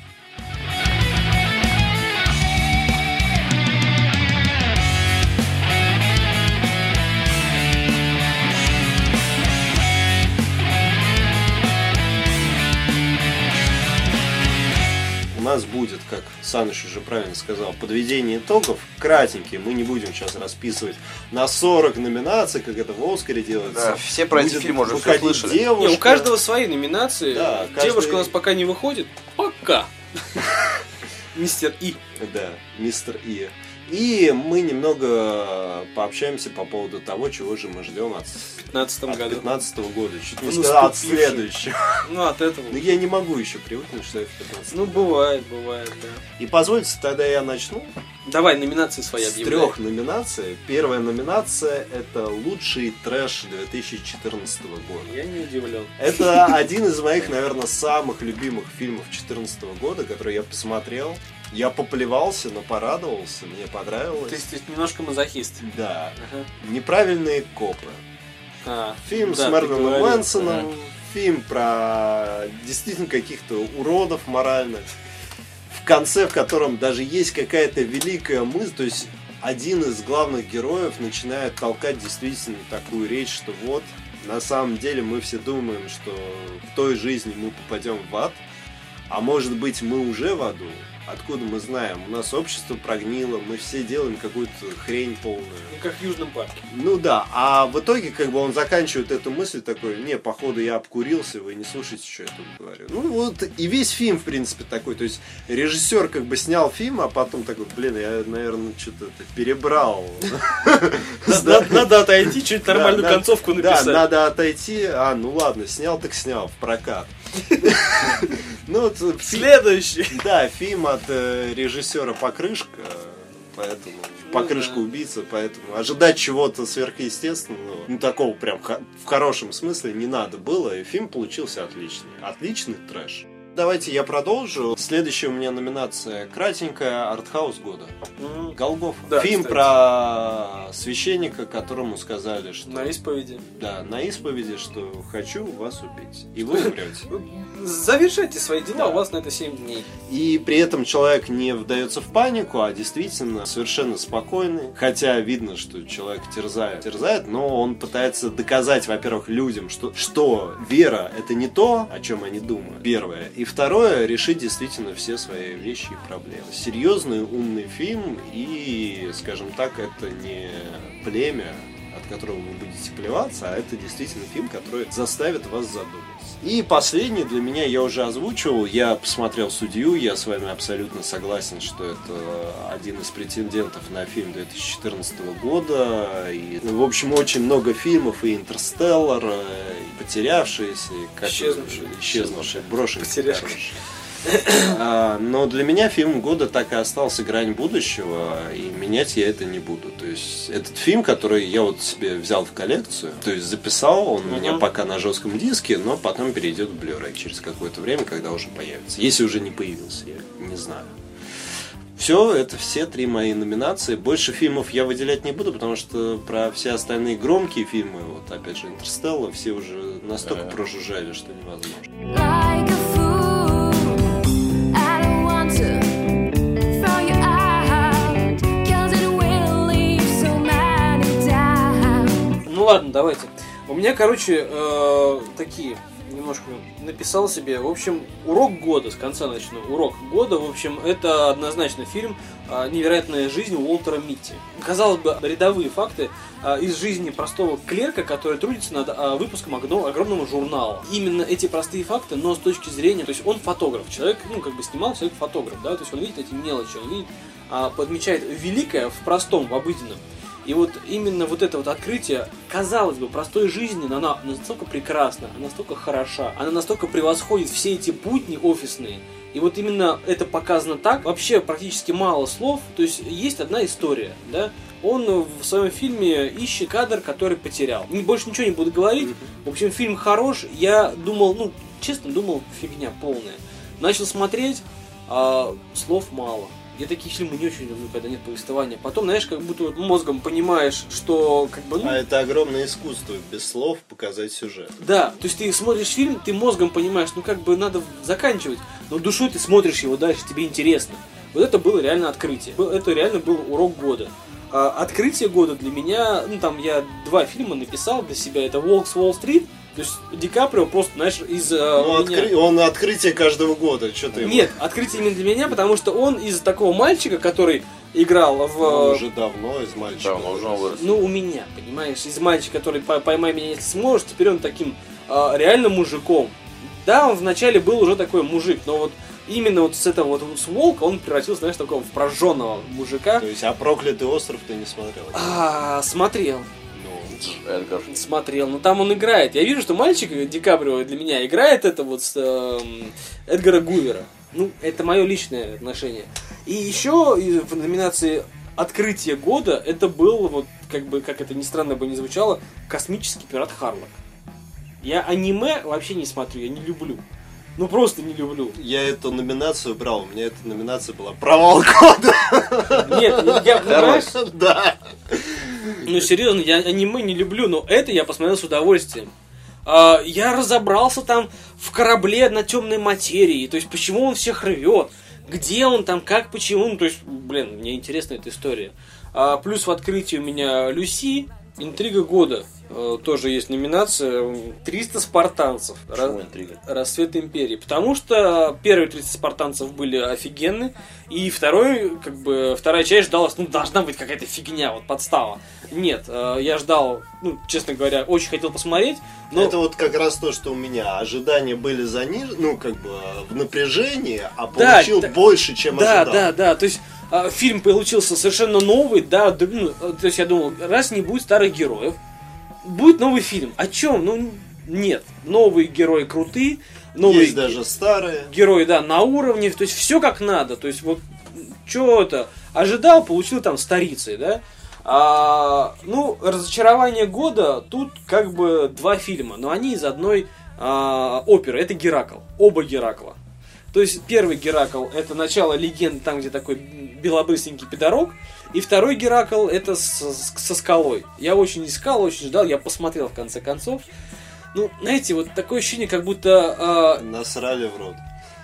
[SPEAKER 1] У нас будет, как Саныч уже правильно сказал, подведение итогов кратенькие. Мы не будем сейчас расписывать на 40 номинаций, как это в Оскаре делается.
[SPEAKER 2] Да, все про эти
[SPEAKER 1] Будет
[SPEAKER 2] фильмы уже все
[SPEAKER 1] выходить
[SPEAKER 2] слышали.
[SPEAKER 1] девушка.
[SPEAKER 3] Не, у каждого свои номинации.
[SPEAKER 1] Да,
[SPEAKER 3] Девушка
[SPEAKER 1] каждый-
[SPEAKER 3] у нас пока не выходит. Пока. Мистер И.
[SPEAKER 1] Да, мистер И. И мы немного пообщаемся по поводу того, чего же мы ждем от
[SPEAKER 3] В 2015 году.
[SPEAKER 1] 15 года. Чуть не
[SPEAKER 3] Ну,
[SPEAKER 1] сказал, от
[SPEAKER 3] наступивший.
[SPEAKER 1] следующего.
[SPEAKER 3] Ну, от этого.
[SPEAKER 1] Но я не могу еще привыкнуть, что я в 15.
[SPEAKER 3] Ну, бывает, да.
[SPEAKER 1] И позвольте, тогда я начну
[SPEAKER 3] Давай, номинации свои
[SPEAKER 1] с
[SPEAKER 3] объявляй.
[SPEAKER 1] 3 номинаций. Первая номинация — это лучший трэш 2014 года.
[SPEAKER 3] Я не удивлен.
[SPEAKER 1] Это один из моих, наверное, самых любимых фильмов 2014 года, который я посмотрел. Я поплевался, но порадовался, мне понравилось.
[SPEAKER 3] То есть немножко мазохист.
[SPEAKER 1] Да.
[SPEAKER 3] Ага.
[SPEAKER 1] «Неправильные копы».
[SPEAKER 3] А,
[SPEAKER 1] Фильм
[SPEAKER 3] да,
[SPEAKER 1] с
[SPEAKER 3] ты
[SPEAKER 1] Мерлином
[SPEAKER 3] говорил.
[SPEAKER 1] Мэнсоном, фильм про действительно каких-то уродов моральных, в конце в котором даже есть какая-то великая мысль, то есть один из главных героев начинает толкать действительно такую речь, что вот, на самом деле мы все думаем, что в той жизни мы попадем в ад, а может быть мы уже в аду. Откуда мы знаем? У нас общество прогнило, мы все делаем какую-то хрень полную.
[SPEAKER 3] Ну, как в Южном парке.
[SPEAKER 1] Ну да, а в итоге как бы он заканчивает эту мысль такой: не, походу я обкурился, вы не слушайте, что я тут говорю. Ну вот и весь фильм в принципе такой, то есть режиссер как бы снял фильм, а потом такой: блин, я, наверное, что-то перебрал.
[SPEAKER 3] Надо отойти, чуть нормальную концовку
[SPEAKER 1] Да,
[SPEAKER 3] написать.
[SPEAKER 1] надо отойти, ну ладно, снял так снял, в прокат. Ну вот
[SPEAKER 3] Следующий.
[SPEAKER 1] да, фильм от режиссера «Покрышка», поэтому «Покрышка убийца», поэтому ожидать чего-то сверхъестественного, ну такого прям в хорошем смысле не надо было, и фильм получился отличный. Отличный трэш. Давайте я продолжу. Следующая у меня номинация кратенькая: артхаус года. Голгофа.
[SPEAKER 3] Да,
[SPEAKER 1] Фильм
[SPEAKER 3] кстати.
[SPEAKER 1] про священника, которому сказали, что
[SPEAKER 3] На исповеди.
[SPEAKER 1] да, на исповеди, что хочу вас убить, и вы умрете.
[SPEAKER 3] Завершайте свои дела,
[SPEAKER 1] Да.
[SPEAKER 3] у вас на это 7 дней.
[SPEAKER 1] И при этом человек не вдается в панику, а действительно совершенно спокойный. Хотя видно, что человек терзает, но он пытается доказать, во-первых, людям, что вера — это не то, о чем они думают. Первое. И второе — решить действительно все свои вещи и проблемы. Серьезный, умный фильм, и, скажем так, это не племя, от которого вы будете плеваться, а это действительно фильм, который заставит вас задуматься. И последний для меня я уже озвучивал. Я посмотрел «Судью», я с вами абсолютно согласен, что это один из претендентов на фильм 2014 года. И, в общем, очень много фильмов, и «Интерстеллар», и «Потерявшиеся», и исчезнувшие, брошенные.
[SPEAKER 3] Потерявшиеся.
[SPEAKER 1] Но для меня фильм года так и остался «Грань будущего», и менять я это не буду. То есть этот фильм, который я вот себе взял в коллекцию, то есть записал, он у меня пока на жестком диске, но потом перейдет в Blu-ray через какое-то время, когда уже появится. Если уже не появился, я не знаю. Все, это все 3 мои номинации. Больше фильмов я выделять не буду, потому что про все остальные громкие фильмы, вот опять же «Интерстеллар», все уже настолько прожужжали, что невозможно.
[SPEAKER 4] Like a fool, I don't want to throw you out, 'cause it will leave so many down.
[SPEAKER 3] Ну ладно, давайте. У меня, короче, такие немножко написал себе. В общем, урок года, с конца начну. Урок года, в общем, это однозначно фильм «Невероятная жизнь» Уолтера Митти. Казалось бы, рядовые факты из жизни простого клерка, который трудится над выпуском огромного журнала. Именно эти простые факты, но с точки зрения, то есть он фотограф, человек, ну, как бы снимал, человек фотограф, да, то есть он видит эти мелочи, он видит, подмечает великое в простом, в обыденном. И вот именно вот это вот открытие, казалось бы, простой жизни, но она настолько прекрасна, она настолько хороша, она настолько превосходит все эти будни офисные. И вот именно это показано так. Вообще практически мало слов, то есть есть одна история, да. Он в своем фильме ищет кадр, который потерял. Больше ничего не буду говорить. В общем, фильм хорош. Я думал, ну, честно, думал, фигня полная. Начал смотреть, слов мало. Я такие фильмы не очень люблю, когда нет повествования. Потом, знаешь, как будто вот мозгом понимаешь, что как бы...
[SPEAKER 1] А это огромное искусство, без слов показать сюжет.
[SPEAKER 3] Да, то есть ты смотришь фильм, ты мозгом понимаешь, ну как бы надо заканчивать, но душой ты смотришь его дальше, тебе интересно. Вот это было реально открытие. Это реально был урок года. Открытие года для меня, ну там я 2 фильма написал для себя, это «Волк с Уолл-стрит», то есть Ди Каприо просто, знаешь, из
[SPEAKER 1] Он открытие каждого года, что ты...
[SPEAKER 3] Нет, открытие именно для меня, потому что он из такого мальчика, который играл в...
[SPEAKER 1] Он уже давно из мальчика.
[SPEAKER 2] Да, он уже вырос.
[SPEAKER 3] Ну, у меня, понимаешь, из мальчика, который «Поймай меня, если сможешь», теперь он таким реально мужиком. Да, он вначале был уже такой мужик, но вот именно вот с этого вот с волка он превратился, знаешь, такого в прожженного мужика.
[SPEAKER 1] То есть, а «Проклятый остров» ты не смотрел?
[SPEAKER 3] Смотрел.
[SPEAKER 2] Эдгар.
[SPEAKER 3] Смотрел, но там он играет. Я вижу, что мальчик Ди Каприо для меня играет это вот с Эдгара Гувера. Ну, это мое личное отношение. И еще в номинации «Открытие года» это был, вот, как бы, как это ни странно бы ни звучало, «Космический пират Харлок». Я аниме вообще не смотрю, я не люблю. Ну, просто не люблю.
[SPEAKER 1] Я эту номинацию брал, у меня эта номинация была «Провал года».
[SPEAKER 3] Нет, я, понимаешь?
[SPEAKER 1] Да.
[SPEAKER 3] Ну, серьезно, я аниме не люблю, но это я посмотрел с удовольствием. Я разобрался там в корабле на темной материи, то есть почему он всех рвет, где он там, как, почему, ну, то есть, блин, мне интересна эта история. Плюс в открытии у меня «Люси», «Интрига года». Тоже есть номинация. 300 спартанцев.
[SPEAKER 2] Почему интрига?
[SPEAKER 3] Расцвет империи. Потому что первые 300 спартанцев были офигенны. И вторая часть ждалась, ну, должна быть какая-то фигня, вот подстава. Нет, я ждал, ну, честно говоря, очень хотел посмотреть. Но...
[SPEAKER 1] Это вот как раз то, что у меня. Ожидания были занижены, ну, как бы в напряжении, а получил больше, чем ожидал.
[SPEAKER 3] Да. То есть фильм получился совершенно новый, да, ну, то есть я думал, раз не будет старых героев, будет новый фильм. О чем? Ну, нет. Новые герои крутые. Новые
[SPEAKER 1] есть даже старые.
[SPEAKER 3] Герои, да, на уровне. То есть, все как надо. То есть, вот, что-то ожидал, получил там старицей, да. Ну, разочарование года. Тут как бы 2 фильма. Но они из одной оперы. Это «Геракл». Оба «Геракла». То есть, первый «Геракл» — это начало легенды, там, где такой белобрысенький пидорок. И второй «Геракл» — это со скалой. Я очень искал, очень ждал, я посмотрел в конце концов. Ну, знаете, вот такое ощущение, как будто...
[SPEAKER 1] Насрали в рот.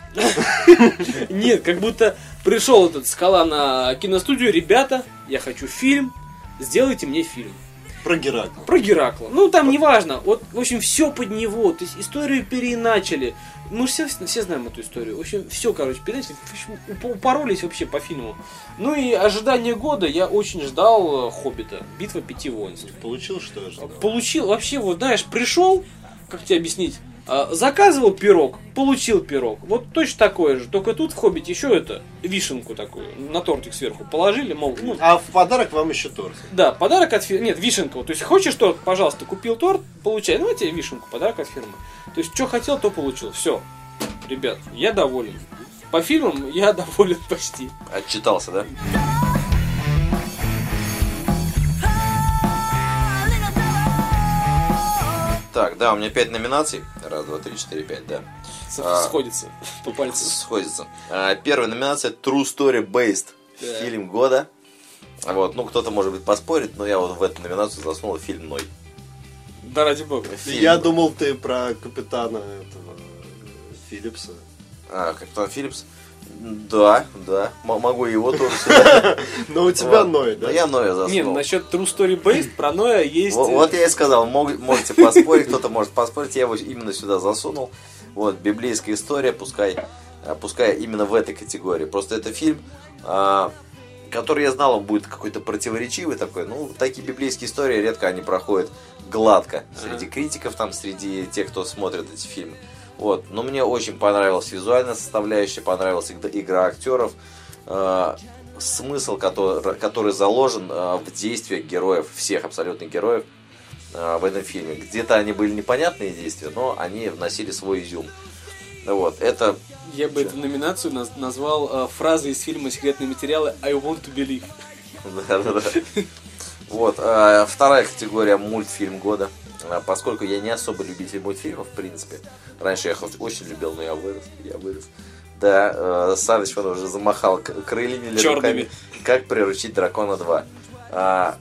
[SPEAKER 3] Нет, как будто пришел этот скала на киностудию. Ребята, я хочу фильм, сделайте мне фильм.
[SPEAKER 1] Про Геракла.
[SPEAKER 3] Про Геракла. Ну, там неважно. Вот, в общем, все под него. То есть, историю переиначили. Мы все знаем эту историю. В общем, все, короче, переиначили. В общем, упоролись вообще по фильму. Ну и ожидание года. Я очень ждал «Хоббита». «Битва 5 воинств».
[SPEAKER 1] Получил, что ожидал?
[SPEAKER 3] Получил. Вообще, вот, знаешь, пришел, как тебе объяснить, заказывал пирог, получил пирог. Вот точно такое же. Только тут в «Хоббите» еще это, вишенку такую, на тортик сверху положили, мол, ну,
[SPEAKER 1] а в подарок вам еще торт.
[SPEAKER 3] да, подарок от фирмы. Нет, вишенка. То есть, хочешь торт, пожалуйста, купил торт, получай. Ну, а тебе вишенку, подарок от фирмы. То есть, что хотел, то получил. Все. Ребят, я доволен. По фильмам я доволен почти.
[SPEAKER 2] Отчитался, да? Так, да, у меня 5 номинаций. 1, 2, 3, 4, 5, да.
[SPEAKER 3] Сходится по пальцам.
[SPEAKER 2] Сходится. Первая номинация True Story Based.
[SPEAKER 3] Да.
[SPEAKER 2] Фильм года. Вот, ну кто-то может быть поспорит, но я вот в эту номинацию засунул фильм «Ной».
[SPEAKER 3] Да ради бога.
[SPEAKER 1] Я думал, ты про капитана этого Филлипса.
[SPEAKER 2] Капитан Филлипс. Да, могу его тоже сюда.
[SPEAKER 1] Но у тебя Ной, да?
[SPEAKER 2] Но я Ноя засунул.
[SPEAKER 3] Нет, насчет True Story Based про Ноя есть...
[SPEAKER 2] Вот я и сказал, можете поспорить, кто-то может поспорить, я его именно сюда засунул. Вот, библейская история, пускай именно в этой категории. Просто это фильм, который я знал, он будет какой-то противоречивый такой. Ну, такие библейские истории редко они проходят гладко среди критиков, там, среди тех, кто смотрит эти фильмы. Вот. Но мне очень понравилась визуальная составляющая, понравилась игра актеров, смысл, который заложен в действиях героев, всех абсолютно героев в этом фильме. Где-то они были непонятные действия, но они вносили свой изюм. Вот. Это...
[SPEAKER 3] Я бы эту номинацию назвал фразой из фильма «Секретные материалы» I want to believe.
[SPEAKER 2] Да. Вот. Вторая категория — мультфильм года. поскольку я не особо любитель мультфильмов, в принципе. Раньше я очень любил, но я вырос. Да, Саныч он уже замахал крыльями или руками. Как приручить дракона 2.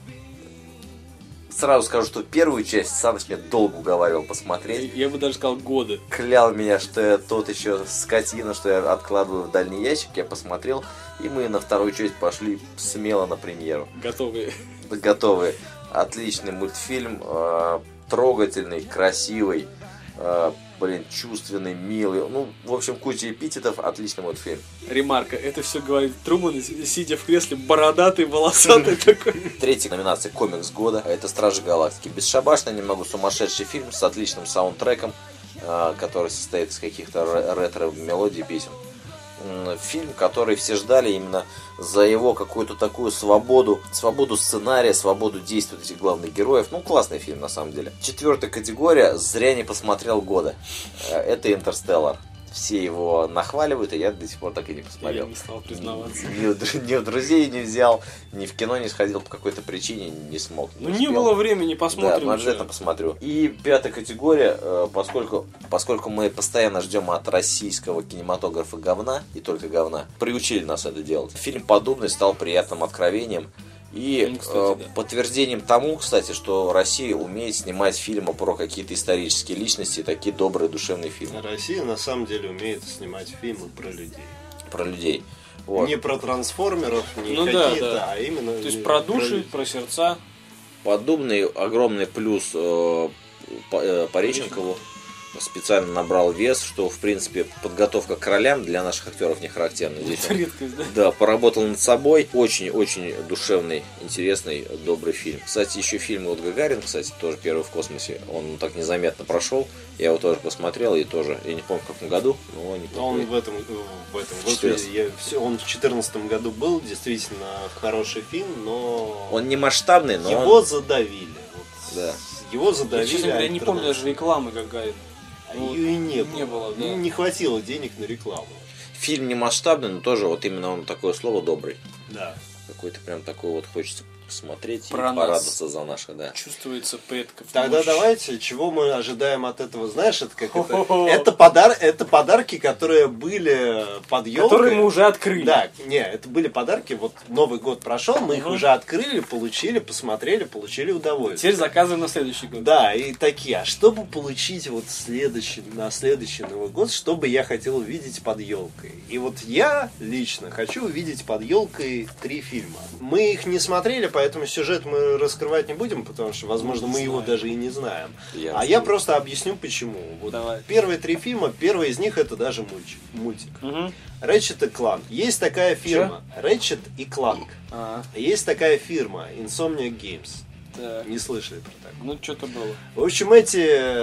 [SPEAKER 2] Сразу скажу, что первую часть Саныч мне долго уговаривал посмотреть.
[SPEAKER 3] Я бы даже сказал годы.
[SPEAKER 2] Клял меня, что я тот еще скотина, что я откладываю в дальний ящик. Я посмотрел, и мы на вторую часть пошли смело на премьеру. Готовые. Отличный мультфильм, трогательный, красивый, чувственный, милый. Ну, в общем, куча эпитетов, отличный мультфильм.
[SPEAKER 3] Ремарка, это все говорит Труман, сидя в кресле, бородатый, волосатый такой.
[SPEAKER 2] Третья номинация «Комикс года» — это «Стражи Галактики». Бесшабашный, немного сумасшедший фильм с отличным саундтреком, который состоит из каких-то ретро-мелодий, песен. Фильм, который все ждали именно за его какую-то такую свободу сценария, свободу действий этих главных героев. Ну, классный фильм, на самом деле. 4-я категория «Зря не посмотрел года». Это «Интерстеллар». Все его нахваливают, и я до сих пор так и не посмотрел.
[SPEAKER 3] Я не стал признаваться.
[SPEAKER 2] Ни у друзей не взял, ни в кино не сходил по какой-то причине, не смог.
[SPEAKER 3] Не было времени, посмотрим.
[SPEAKER 2] Да, обязательно посмотрю. И 5-я категория, поскольку мы постоянно ждем от российского кинематографа говна, и только говна, приучили нас это делать. Фильм «Подобный» стал приятным откровением. И подтверждением тому, кстати, что Россия умеет снимать фильмы про какие-то исторические личности, такие добрые душевные фильмы.
[SPEAKER 1] Россия на самом деле умеет снимать фильмы про людей.
[SPEAKER 2] Про людей. Вот.
[SPEAKER 1] Не про трансформеров, не какие-то, а именно...
[SPEAKER 3] То есть про души, про сердца.
[SPEAKER 2] Подобный огромный плюс Пореченкову. Специально набрал вес, что, в принципе, подготовка к ролям для наших актеров не характерна. Здесь он,
[SPEAKER 3] редкость, да?
[SPEAKER 2] Да, поработал над собой. Очень-очень душевный, интересный, добрый фильм. Кстати, еще фильм вот Гагарин, кстати, тоже «Первый в космосе». Он так незаметно прошел. Я его тоже посмотрел, и тоже, я не помню, в каком году, но неплохой.
[SPEAKER 1] Он в этом Господи, он в 2014 году был, действительно хороший фильм, но...
[SPEAKER 2] Он не масштабный, но
[SPEAKER 1] его задавили.
[SPEAKER 2] Да.
[SPEAKER 1] Его задавили.
[SPEAKER 3] Я, честно говоря, не помню даже рекламы Гагарина.
[SPEAKER 1] Ее и не было.
[SPEAKER 3] Да.
[SPEAKER 1] Не хватило денег на рекламу.
[SPEAKER 2] Фильм не масштабный, но тоже вот именно он такое слово добрый.
[SPEAKER 1] Да.
[SPEAKER 2] Какой-то прям такой вот хочется посмотреть
[SPEAKER 3] Про
[SPEAKER 2] и порадоваться за наши, да.
[SPEAKER 3] Чувствуется предков.
[SPEAKER 1] Тогда
[SPEAKER 3] мощь.
[SPEAKER 1] давайте, чего мы ожидаем от этого, знаешь, это как это подарки, которые были под елкой.
[SPEAKER 3] Которые мы уже открыли.
[SPEAKER 1] Да, это были подарки, вот Новый год прошел, мы их уже открыли, получили, посмотрели, получили удовольствие.
[SPEAKER 3] Теперь заказываем на следующий год.
[SPEAKER 1] Да, и такие, а чтобы получить вот на следующий Новый год, что бы я хотел увидеть под елкой? И вот я лично хочу увидеть под елкой 3 фильма. Мы их не смотрели, поэтому сюжет мы раскрывать не будем, потому что, возможно, мы его даже и не знаем. Я просто объясню, почему. Вот первые 3 фильма, первый из них это даже мультик. Ratchet и Clank. Есть такая фирма. Ratchet и Clank. Есть такая фирма Insomniac Games.
[SPEAKER 3] Так.
[SPEAKER 1] Не слышали про такое?
[SPEAKER 3] Ну, что-то было.
[SPEAKER 1] В общем, эти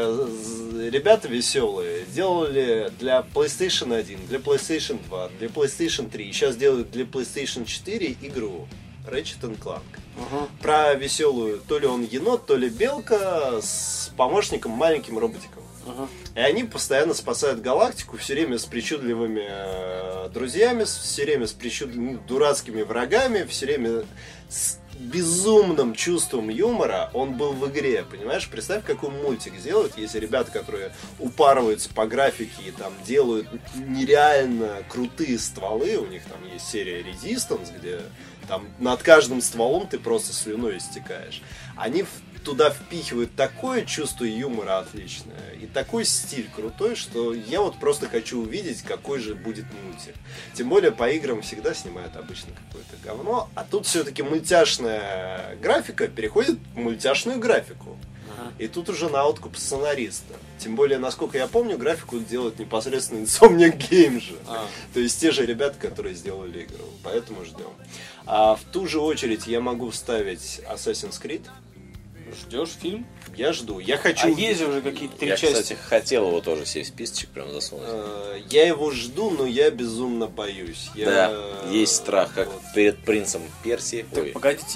[SPEAKER 1] ребята веселые делали для PlayStation 1, для PlayStation 2, для PlayStation 3. Сейчас делают для PlayStation 4 игру Ratchet and Clank. Про веселую, то ли он енот, то ли белка с помощником, маленьким роботиком. И они постоянно спасают галактику, все время с причудливыми друзьями, все время с причудливыми дурацкими врагами, все время с безумным чувством юмора. Он был в игре, понимаешь? Представь, какой мультик сделают, если ребята, которые упарываются по графике и там делают нереально крутые стволы, у них там есть серия Resistance, где там над каждым стволом ты просто слюной истекаешь. Они туда впихивают такое чувство юмора отличное и такой стиль крутой, что я вот просто хочу увидеть, какой же будет мультик. Тем более по играм всегда снимают обычно какое-то говно, а тут все-таки мультяшная графика переходит в мультяшную графику. И тут уже на откуп сценариста. Тем более, насколько я помню, графику делают непосредственно Insomniac Games же. То есть те же ребята, которые сделали игру. Поэтому ждем. А в ту же очередь я могу вставить Assassin's Creed.
[SPEAKER 3] Ждешь фильм?
[SPEAKER 1] Я жду. Я хочу.
[SPEAKER 3] А есть же уже какие-то 3 части.
[SPEAKER 2] Я, кстати, хотел его тоже себе в списочек прям засунуть.
[SPEAKER 1] Я его жду, но я безумно боюсь.
[SPEAKER 2] Да, есть страх, как перед принцем Персии.
[SPEAKER 3] Так, погодите,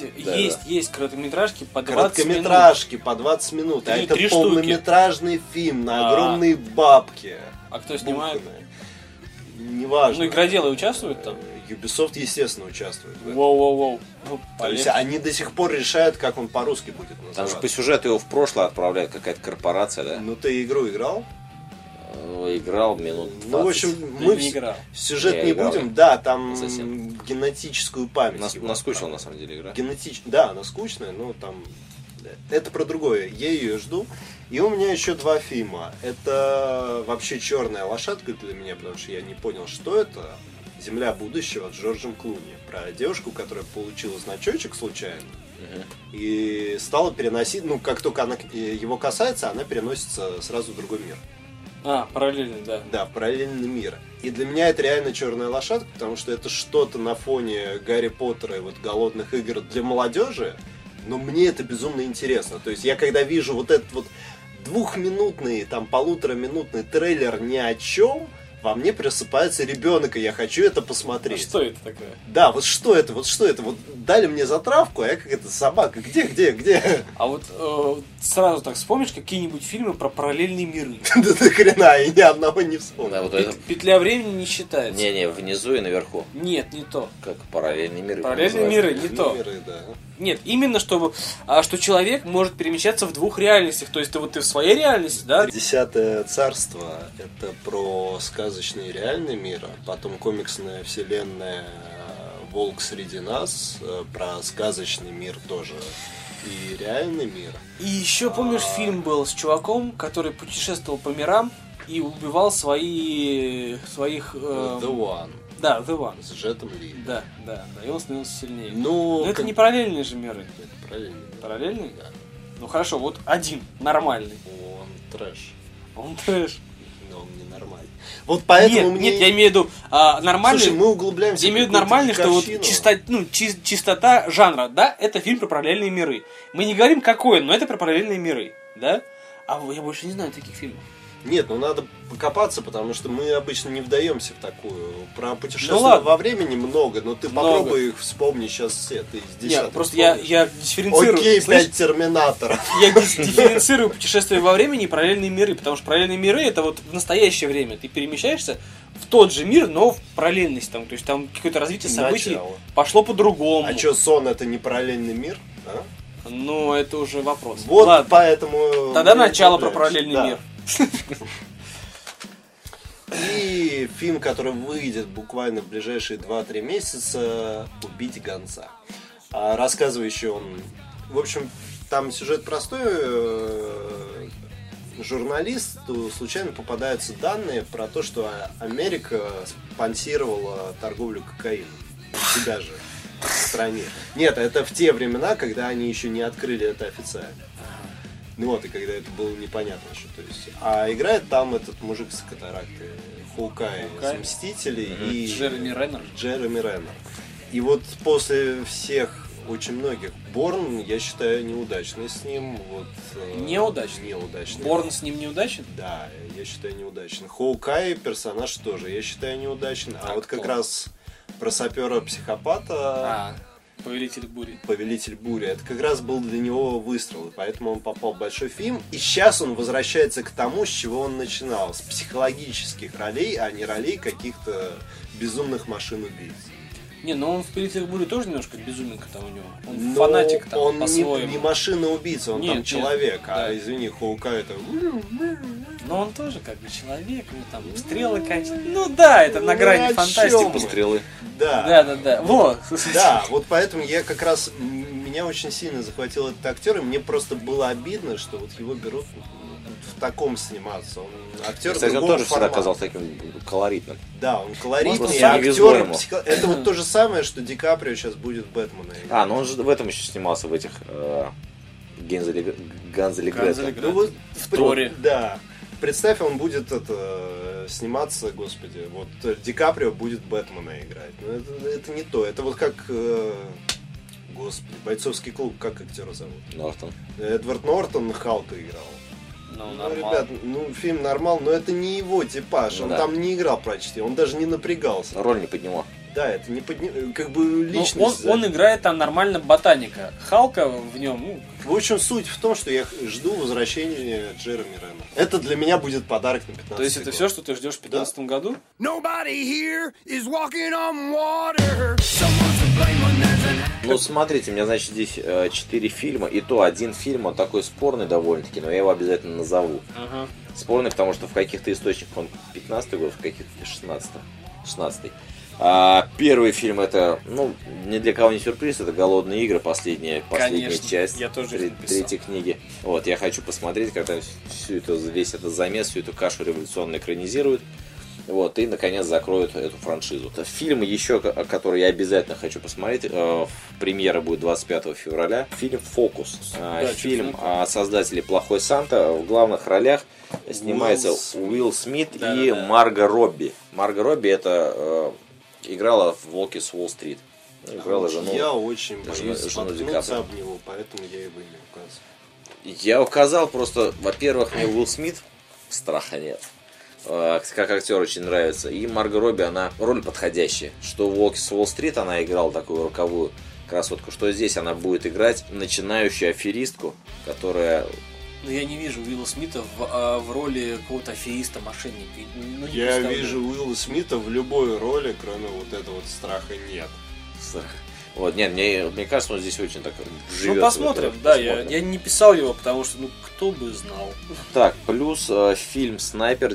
[SPEAKER 3] есть короткометражки по 20
[SPEAKER 1] короткометражки по 20 минут. А это полнометражный фильм на огромные бабки.
[SPEAKER 3] А кто снимает?
[SPEAKER 1] Неважно.
[SPEAKER 3] Ну, игроделы участвуют там?
[SPEAKER 1] Ubisoft, естественно, участвует в этом.
[SPEAKER 3] Воу-воу-воу. Ну,
[SPEAKER 1] То есть
[SPEAKER 3] полегче.
[SPEAKER 1] они до сих пор решают, как он по-русски будет
[SPEAKER 2] Там же
[SPEAKER 1] называться.
[SPEAKER 2] по сюжету его в прошлое отправляет какая-то корпорация, да?
[SPEAKER 1] Ну ты игру играл?
[SPEAKER 2] Играл минут 20.
[SPEAKER 1] Ну, в общем,
[SPEAKER 3] Ты
[SPEAKER 1] мы
[SPEAKER 3] не играл.
[SPEAKER 1] в сюжет
[SPEAKER 2] Я
[SPEAKER 1] не
[SPEAKER 2] играл.
[SPEAKER 1] будем. Да, там
[SPEAKER 2] Совсем.
[SPEAKER 1] генетическую память. его
[SPEAKER 2] Наскучила,
[SPEAKER 1] отправили.
[SPEAKER 2] на самом деле, игра.
[SPEAKER 1] Да, она скучная, но там... Это про другое. Я ее жду. И у меня еще 2 фильма. Это вообще черная лошадка для меня, потому что я не понял, что это. «Земля будущего» с Джорджем Клуни. Про девушку, которая получила значочек случайно. И стала переносить, ну, как только она его касается, она переносится сразу в другой мир.
[SPEAKER 3] Параллельно, да.
[SPEAKER 1] Да, в параллельный мир. И для меня это реально черная лошадка, потому что это что-то на фоне Гарри Поттера и вот голодных игр для молодежи, но мне это безумно интересно. То есть я когда вижу вот этот вот 2-минутный, там 1,5-минутный трейлер ни о чем, во мне просыпается ребенок, и я хочу это посмотреть.
[SPEAKER 3] Что это такое?
[SPEAKER 1] Да, вот что это? Вот дали мне затравку, а я как эта собака. Где?
[SPEAKER 3] А вот сразу так вспомнишь какие-нибудь фильмы про параллельные миры?
[SPEAKER 1] Да до хрена, я ни одного не вспомнил.
[SPEAKER 2] Да, вот это...
[SPEAKER 3] Петля времени не считается.
[SPEAKER 2] Не, внизу и наверху.
[SPEAKER 3] Нет, не то.
[SPEAKER 2] Как параллельные миры.
[SPEAKER 3] Параллельные
[SPEAKER 2] называются.
[SPEAKER 3] миры, не то.
[SPEAKER 1] Миры, да.
[SPEAKER 3] Нет, именно что человек может перемещаться в 2 реальностях. То есть ты в своей реальности, да?
[SPEAKER 1] 10-е царство — это про сказочный и реальный мир, а потом комиксная вселенная «Волк среди нас», про сказочный мир тоже и реальный мир.
[SPEAKER 3] И еще помнишь, фильм был с чуваком, который путешествовал по мирам и убивал своих...
[SPEAKER 1] The One
[SPEAKER 3] Да, The One.
[SPEAKER 1] с Джетом Ли.
[SPEAKER 3] Да, и он становился сильнее.
[SPEAKER 1] Ну,
[SPEAKER 3] Но это не параллельные же миры.
[SPEAKER 1] Это правильно.
[SPEAKER 3] Параллельные?
[SPEAKER 1] Да.
[SPEAKER 3] Ну хорошо, вот один, нормальный.
[SPEAKER 1] Он трэш,
[SPEAKER 3] Он трэш.
[SPEAKER 1] но он не нормальный. Вот поэтому
[SPEAKER 3] Нет,
[SPEAKER 1] мне...
[SPEAKER 3] нет, я имею в виду нормальный.
[SPEAKER 1] Слушай, мы углубляемся
[SPEAKER 3] Я имею в
[SPEAKER 1] в
[SPEAKER 3] виду
[SPEAKER 1] какую-то
[SPEAKER 3] нормальный, что вот
[SPEAKER 1] дикарщину.
[SPEAKER 3] чистота жанра, да, это фильм про параллельные миры. Мы не говорим какой, но это про параллельные миры, да? А я больше не знаю таких фильмов.
[SPEAKER 1] Нет, ну надо покопаться, потому что мы обычно не вдаемся в такую. Про путешествия
[SPEAKER 3] ладно.
[SPEAKER 1] во времени много, но ты
[SPEAKER 3] Много.
[SPEAKER 1] попробуй их вспомни сейчас все. Ты из
[SPEAKER 3] Нет,
[SPEAKER 1] десятых
[SPEAKER 3] просто
[SPEAKER 1] вспомнишь.
[SPEAKER 3] я дифференцирую.
[SPEAKER 1] Окей,
[SPEAKER 3] слышь,
[SPEAKER 1] 5 терминаторов.
[SPEAKER 3] я дифференцирую путешествия во времени и параллельные миры, потому что параллельные миры это вот в настоящее время. Ты перемещаешься в тот же мир, но в параллельность там. То есть там какое-то развитие событий
[SPEAKER 1] Начало.
[SPEAKER 3] пошло по-другому.
[SPEAKER 1] А что, сон это не параллельный мир? А?
[SPEAKER 3] Ну, это уже вопрос.
[SPEAKER 1] Вот
[SPEAKER 3] Ладно,
[SPEAKER 1] поэтому...
[SPEAKER 3] тогда
[SPEAKER 1] мы
[SPEAKER 3] начало про
[SPEAKER 1] углубляемся.
[SPEAKER 3] параллельный
[SPEAKER 1] Да.
[SPEAKER 3] мир.
[SPEAKER 1] И фильм, который выйдет буквально в ближайшие 2-3 месяца, «Убить гонца». Рассказывающий он... В общем, там сюжет простой. Журналисту случайно попадаются данные про то, что Америка спонсировала торговлю кокаином. У себя же в стране. Нет, это в те времена, когда они еще не открыли это официально. Ну вот, и когда это было непонятно еще. То есть, а играет там этот мужик с катарактой, Хоукай из «Мстителей» и
[SPEAKER 3] Джереми Реннер.
[SPEAKER 1] Джереми Реннер. И вот после всех, очень многих, Борн, я считаю, неудачный с ним. Вот,
[SPEAKER 3] Неудачный?
[SPEAKER 1] Неудачный.
[SPEAKER 3] Борн с ним неудачен?
[SPEAKER 1] Да, я считаю, неудачный. Хоукай персонаж тоже, я считаю, неудачный. А вот как
[SPEAKER 3] кто?
[SPEAKER 1] раз про сапера-психопата...
[SPEAKER 3] Повелитель бури.
[SPEAKER 1] «Повелитель бури». Это как раз был для него выстрел, и поэтому он попал в большой фильм. И сейчас он возвращается к тому, с чего он начинал. С психологических ролей, а не ролей каких-то безумных машин-убийц.
[SPEAKER 3] Не, но он в «Повелителях бури» тоже немножко безумненько там у него. Он
[SPEAKER 1] Но
[SPEAKER 3] фанатик там
[SPEAKER 1] он
[SPEAKER 3] по-своему.
[SPEAKER 1] не машина-убийца, он
[SPEAKER 3] Нет,
[SPEAKER 1] там
[SPEAKER 3] нет,
[SPEAKER 1] человек.
[SPEAKER 3] да.
[SPEAKER 1] А извини, Хоукай это...
[SPEAKER 3] Но он тоже как бы человек, ну там стрелы катит. Ну да, это на грани
[SPEAKER 1] о чём
[SPEAKER 3] фантастики.
[SPEAKER 1] мы?
[SPEAKER 2] Стрелы.
[SPEAKER 1] Да.
[SPEAKER 3] Да. Вот.
[SPEAKER 1] Да, вот поэтому я как раз... Меня очень сильно захватил этот актер, и мне просто было обидно, что вот его берут в таком сниматься. Он актер
[SPEAKER 2] Кстати, он
[SPEAKER 1] другого
[SPEAKER 2] тоже всегда
[SPEAKER 1] формата.
[SPEAKER 2] казался таким колоритным.
[SPEAKER 1] Да, он колоритный,
[SPEAKER 2] Просто
[SPEAKER 1] а
[SPEAKER 2] не везло
[SPEAKER 1] актер...
[SPEAKER 2] ему.
[SPEAKER 1] Это вот то же самое, что Ди Каприо сейчас будет Бэтмена играть.
[SPEAKER 2] Ну он же в этом еще снимался, в этих Ганзеле
[SPEAKER 3] Ганзеле
[SPEAKER 2] Гретта.
[SPEAKER 3] Гретта.
[SPEAKER 1] Ну вот
[SPEAKER 3] В Торе.
[SPEAKER 1] Да. Представь, он будет сниматься, господи, вот Ди Каприо будет Бэтмена играть. Ну это не то. Это вот как, господи, «Бойцовский клуб», как актера зовут?
[SPEAKER 2] Нортон.
[SPEAKER 1] Эдвард Нортон Халка играл.
[SPEAKER 3] Ну,
[SPEAKER 1] Ну,
[SPEAKER 3] нормально.
[SPEAKER 1] ребят, фильм нормал, но это не его типаж.
[SPEAKER 2] Ну
[SPEAKER 1] Он
[SPEAKER 2] да.
[SPEAKER 1] там не играл почти, он даже не напрягался.
[SPEAKER 2] Роль не под него.
[SPEAKER 1] Да, это не как бы
[SPEAKER 3] Ну,
[SPEAKER 1] личность.
[SPEAKER 3] он играет там нормально ботаника. Халка в нем, ну,
[SPEAKER 1] В общем, суть в том, что я жду возвращения Джереми Рена. Это для меня будет подарок на 15
[SPEAKER 3] то есть это все, что ты ждешь в 2015 году?
[SPEAKER 5] Nobody here is walking on water. Someone's to blame when there's an
[SPEAKER 2] Ну, смотрите, у меня, значит, здесь 4 фильма, и то один фильм, он такой спорный довольно-таки, но я его обязательно назову.
[SPEAKER 3] Ага.
[SPEAKER 2] Спорный, потому что в каких-то источниках он 15-й год, в каких-то 16-й. А первый фильм это, ну, ни для кого не сюрприз, это «Голодные игры», последняя
[SPEAKER 3] Конечно,
[SPEAKER 2] часть
[SPEAKER 3] я тоже их написал.
[SPEAKER 2] третьей книги. Вот, я хочу посмотреть, когда весь этот замес, всю эту кашу революционно экранизируют. Вот, и, наконец, закроют эту франшизу. Фильм еще, который я обязательно хочу посмотреть, премьера будет 25 февраля. Фильм «Фокус». Фильм о создателе «Плохой Санта». В главных ролях снимается Уилл Смит и Марго Робби. Марго Робби это играла в «Волке с Уолл-стрит». Играла жену.
[SPEAKER 1] Я очень боюсь
[SPEAKER 2] жену
[SPEAKER 1] споткнуться
[SPEAKER 2] Ди Каприо.
[SPEAKER 1] об него, поэтому я его и не указываю.
[SPEAKER 2] Я указал просто, во-первых, мне Уилл Смит страха нет. Как актер очень нравится. И Марго Робби, она роль подходящая. Что в «Волке с Уолл-стрит» она играла такую роковую красотку, что здесь она будет играть начинающую аферистку, которая...
[SPEAKER 3] Но я не вижу Уилла Смита в роли какого-то афериста, мошенника. Ну, не
[SPEAKER 1] Я
[SPEAKER 3] представляю.
[SPEAKER 1] вижу Уилла Смита в любой роли, кроме вот этого вот «Страха нет».
[SPEAKER 2] Вот, нет, мне кажется, он здесь очень так живет.
[SPEAKER 3] Ну, посмотрим, да, я не писал его, потому что, ну, кто бы знал.
[SPEAKER 2] Так, плюс фильм «Снайпер»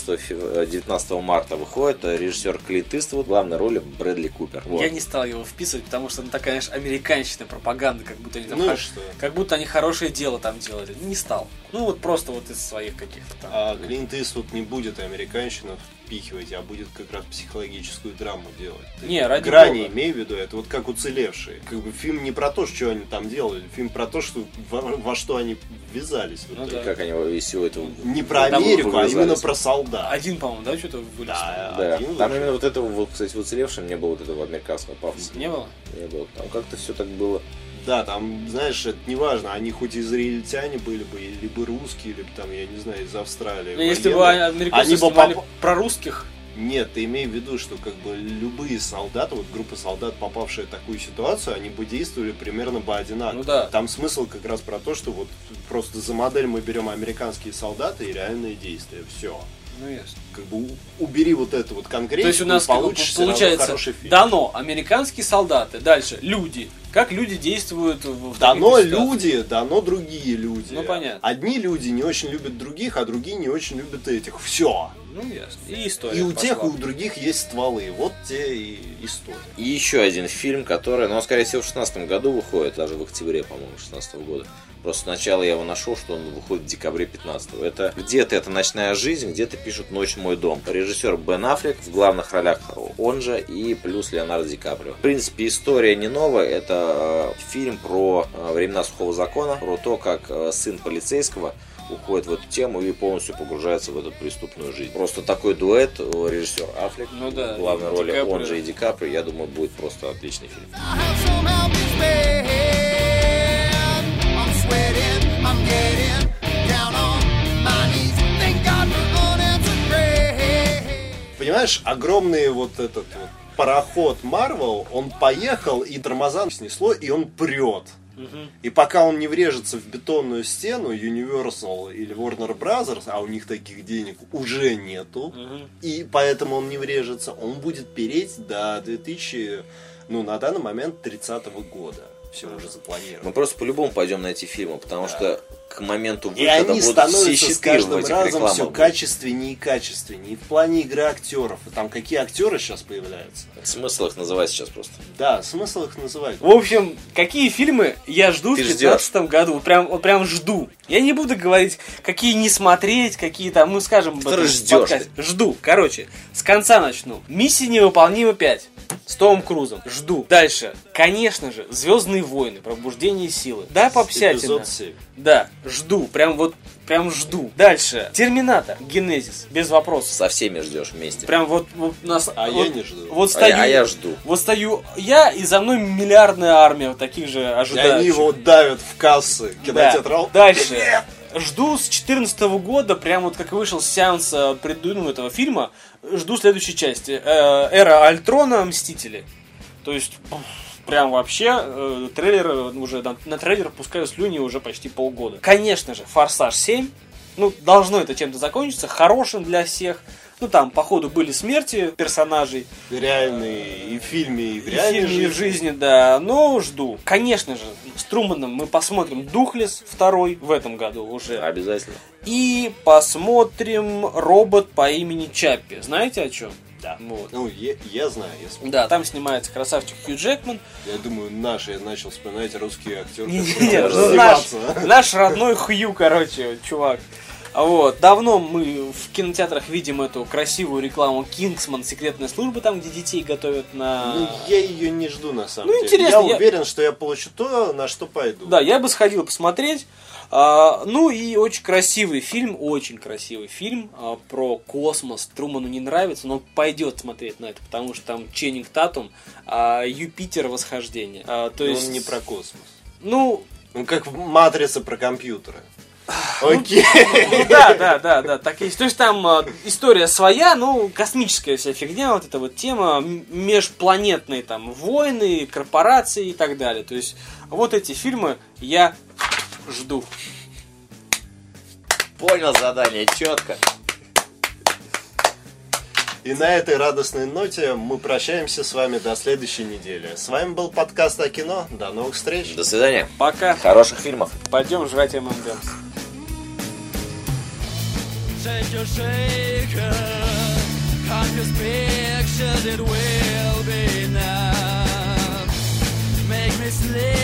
[SPEAKER 2] 19 марта выходит, режиссер Клинт Иствуд, в главной роли Брэдли Купер. Вот.
[SPEAKER 3] Я не стал его вписывать, потому что она такая, знаешь, американщина, пропаганда, как будто они там
[SPEAKER 1] Ну и что?
[SPEAKER 3] как будто они хорошее дело там делали. Не стал. Ну вот просто вот из своих каких-то там.
[SPEAKER 1] А Клинт Иствуд не будет американщину впихивать, а будет как раз психологическую драму делать. Ты
[SPEAKER 3] Не, ради
[SPEAKER 1] грани
[SPEAKER 3] бога.
[SPEAKER 1] имей в виду, это вот как «Уцелевшие». Как бы фильм не про то, что они там делали, фильм про то, что во что они ввязались. в
[SPEAKER 3] Ну
[SPEAKER 1] итоге.
[SPEAKER 3] да.
[SPEAKER 2] Как они из всего этого...
[SPEAKER 1] Не про
[SPEAKER 3] Там
[SPEAKER 1] Америку, а
[SPEAKER 2] вывязались.
[SPEAKER 1] именно про солдат.
[SPEAKER 3] Один, по-моему, да, что-то вылез?
[SPEAKER 1] Да,
[SPEAKER 2] Да,
[SPEAKER 1] один
[SPEAKER 2] там
[SPEAKER 1] вышел.
[SPEAKER 2] именно вот этого, вот, кстати, в «Уцелевшем» не было вот этого американского пафоса.
[SPEAKER 3] Не было?
[SPEAKER 2] Не было. Там как-то все так было.
[SPEAKER 1] Да, там, знаешь, это не важно, они хоть израильтяне были бы, либо русские, либо там, я не знаю, из Австралии.
[SPEAKER 3] Ну, если бы
[SPEAKER 1] военные,
[SPEAKER 3] американцы
[SPEAKER 1] они бы
[SPEAKER 3] снимали
[SPEAKER 1] поп-
[SPEAKER 3] про русских,
[SPEAKER 1] Нет, ты имей в виду, что как бы любые солдаты, вот группа солдат, попавшие в такую ситуацию, они бы действовали примерно бы одинаково.
[SPEAKER 3] Ну да.
[SPEAKER 1] Там смысл как раз про то, что вот просто за модель мы берем американские солдаты и реальные действия. Все.
[SPEAKER 3] ну ясно.
[SPEAKER 1] Как бы убери вот это вот конкретно,
[SPEAKER 3] То есть у нас как бы
[SPEAKER 1] получишь всё равно
[SPEAKER 3] получается
[SPEAKER 1] хороший фильм.
[SPEAKER 3] дано американские солдаты, дальше люди. Как люди действуют в
[SPEAKER 1] Дано
[SPEAKER 3] таких ситуациях?
[SPEAKER 1] люди, дано другие люди.
[SPEAKER 3] Ну, понятно.
[SPEAKER 1] Одни люди не очень любят других, а другие не очень любят этих. Все.
[SPEAKER 3] Ну ясно. И история.
[SPEAKER 1] И у
[SPEAKER 3] пошла.
[SPEAKER 1] тех, и у других есть стволы. Вот те и история.
[SPEAKER 2] И еще один фильм, который, ну, скорее всего, в 2016 году выходит, даже в октябре, по-моему, 2016 года. Просто сначала я его нашел, что он выходит в декабре 15-го. Это где-то это «Ночная жизнь», где-то пишут «Ночь мой дом». Режиссер Бен Аффлек, в главных ролях он же, и плюс Леонардо Ди Каприо. В принципе, история не новая. Это фильм про времена сухого закона, про то, как сын полицейского уходит в эту тему и полностью погружается в эту преступную жизнь. Просто такой дуэт, режиссер Аффлек,
[SPEAKER 3] Ну да,
[SPEAKER 2] в главной
[SPEAKER 3] Ди
[SPEAKER 2] роли
[SPEAKER 3] Каприо.
[SPEAKER 2] он же и Ди Каприо, я думаю, будет просто отличный фильм.
[SPEAKER 5] I have some help is made. I'm sweating, I'm getting down on my knees. Thank God for unanswered prayer.
[SPEAKER 1] Понимаешь, огромный вот этот вот пароход Marvel, он поехал, и тормоза снесло, и он прет. И пока он не врежется в бетонную стену, Universal или Warner Brothers, а у них таких денег уже нету, и поэтому он не врежется, он будет переть до 2000, ну, на данный момент, 30-го года. Все уже запланировано.
[SPEAKER 2] Мы просто по-любому пойдем на эти фильмы, потому что к моменту
[SPEAKER 1] И
[SPEAKER 2] выхода
[SPEAKER 1] они
[SPEAKER 2] будут все
[SPEAKER 1] становятся
[SPEAKER 2] щиты
[SPEAKER 1] с
[SPEAKER 2] в
[SPEAKER 1] каждым
[SPEAKER 2] этих
[SPEAKER 1] разом
[SPEAKER 2] рекламах.
[SPEAKER 1] все
[SPEAKER 2] будут.
[SPEAKER 1] качественнее и качественнее. И в плане игры актеров. И там какие актеры сейчас появляются.
[SPEAKER 2] Смысл их называть сейчас просто.
[SPEAKER 1] Да, смысл их называть.
[SPEAKER 3] В общем, какие фильмы я жду
[SPEAKER 2] Ты
[SPEAKER 3] в 2015 году? Вот прям жду. Я не буду говорить, какие не смотреть, какие там, мы скажем об этом в
[SPEAKER 2] ждёшь
[SPEAKER 3] подкасте. Жду. Короче, с конца начну. Миссия невыполнима 5. С Томом Крузом. Жду. Дальше. Конечно же, Звездные войны. Пробуждение силы. Да, попсятина.
[SPEAKER 1] Эпизод 7.
[SPEAKER 3] Да, жду. Прям жду. Дальше. Терминатор. Генезис. Без вопросов.
[SPEAKER 2] Со всеми ждешь вместе.
[SPEAKER 3] Прям вот нас...
[SPEAKER 1] А
[SPEAKER 3] вот-
[SPEAKER 1] я не жду.
[SPEAKER 3] Вот стою,
[SPEAKER 2] я жду.
[SPEAKER 3] Вот стою я, и за мной миллиардная армия вот таких же
[SPEAKER 1] И
[SPEAKER 3] ожидающих.
[SPEAKER 1] они его давят в кассы.
[SPEAKER 3] Да.
[SPEAKER 1] Кинотеатрал.
[SPEAKER 3] Дальше.
[SPEAKER 1] Нет.
[SPEAKER 3] Жду с 2014 года, прям вот как вышел сеанс этого фильма, жду следующей части. Эра Альтрона, Мстители. То есть, прям вообще, трейлер уже, на трейлер пускаю слюни уже почти полгода. Конечно же, Форсаж 7. Ну, должно это чем-то закончиться, хорошим для всех. Ну, там, походу, были смерти персонажей.
[SPEAKER 1] Реальные и в фильме, и в
[SPEAKER 3] И в
[SPEAKER 1] реальной
[SPEAKER 3] фильме, и в
[SPEAKER 1] жизни.
[SPEAKER 3] жизни, да. Но жду. Конечно же, с Труманом мы посмотрим Духлесс 2 в этом году уже.
[SPEAKER 2] Обязательно.
[SPEAKER 3] И посмотрим Робот по имени Чаппи. Знаете о чем?
[SPEAKER 1] Да.
[SPEAKER 3] Вот.
[SPEAKER 1] Ну, я знаю, я смотрю.
[SPEAKER 3] Да, там снимается красавчик Хью Джекман.
[SPEAKER 1] Я думаю, я начал вспоминать русские актеры.
[SPEAKER 3] Нет,
[SPEAKER 1] которые
[SPEAKER 3] ну, наш,
[SPEAKER 1] сниматься.
[SPEAKER 3] наш родной Хью, короче, чувак. Вот. Давно мы в кинотеатрах видим эту красивую рекламу Кингсман, секретная служба, там, где детей готовят на...
[SPEAKER 1] Ну, я ее не жду, на самом
[SPEAKER 3] Ну,
[SPEAKER 1] деле.
[SPEAKER 3] интересно,
[SPEAKER 1] Я уверен, что я получу то, на что пойду.
[SPEAKER 3] Да, я бы сходил посмотреть. Ну и очень красивый фильм про космос. Труману не нравится, но он пойдет смотреть на это, потому что там Ченнинг Татум, Юпитер восхождение. То
[SPEAKER 1] Но
[SPEAKER 3] есть,
[SPEAKER 1] он не про космос.
[SPEAKER 3] Ну,
[SPEAKER 1] Ну, как в «Матрице» про компьютеры. Окей.
[SPEAKER 3] да, так и есть. То есть там история своя, ну, космическая вся фигня, вот эта вот тема, межпланетные там войны, корпорации и так далее. То есть вот эти фильмы я жду.
[SPEAKER 2] Понял задание, четко.
[SPEAKER 1] И на этой радостной ноте мы прощаемся с вами до следующей недели. С вами был подкаст о кино. До новых встреч.
[SPEAKER 2] До свидания.
[SPEAKER 3] Пока.
[SPEAKER 2] Хороших фильмов.
[SPEAKER 3] Пойдем жрать ММДМС.
[SPEAKER 5] Shake your shaker, conscious pictures, it will be enough. Make me sleep.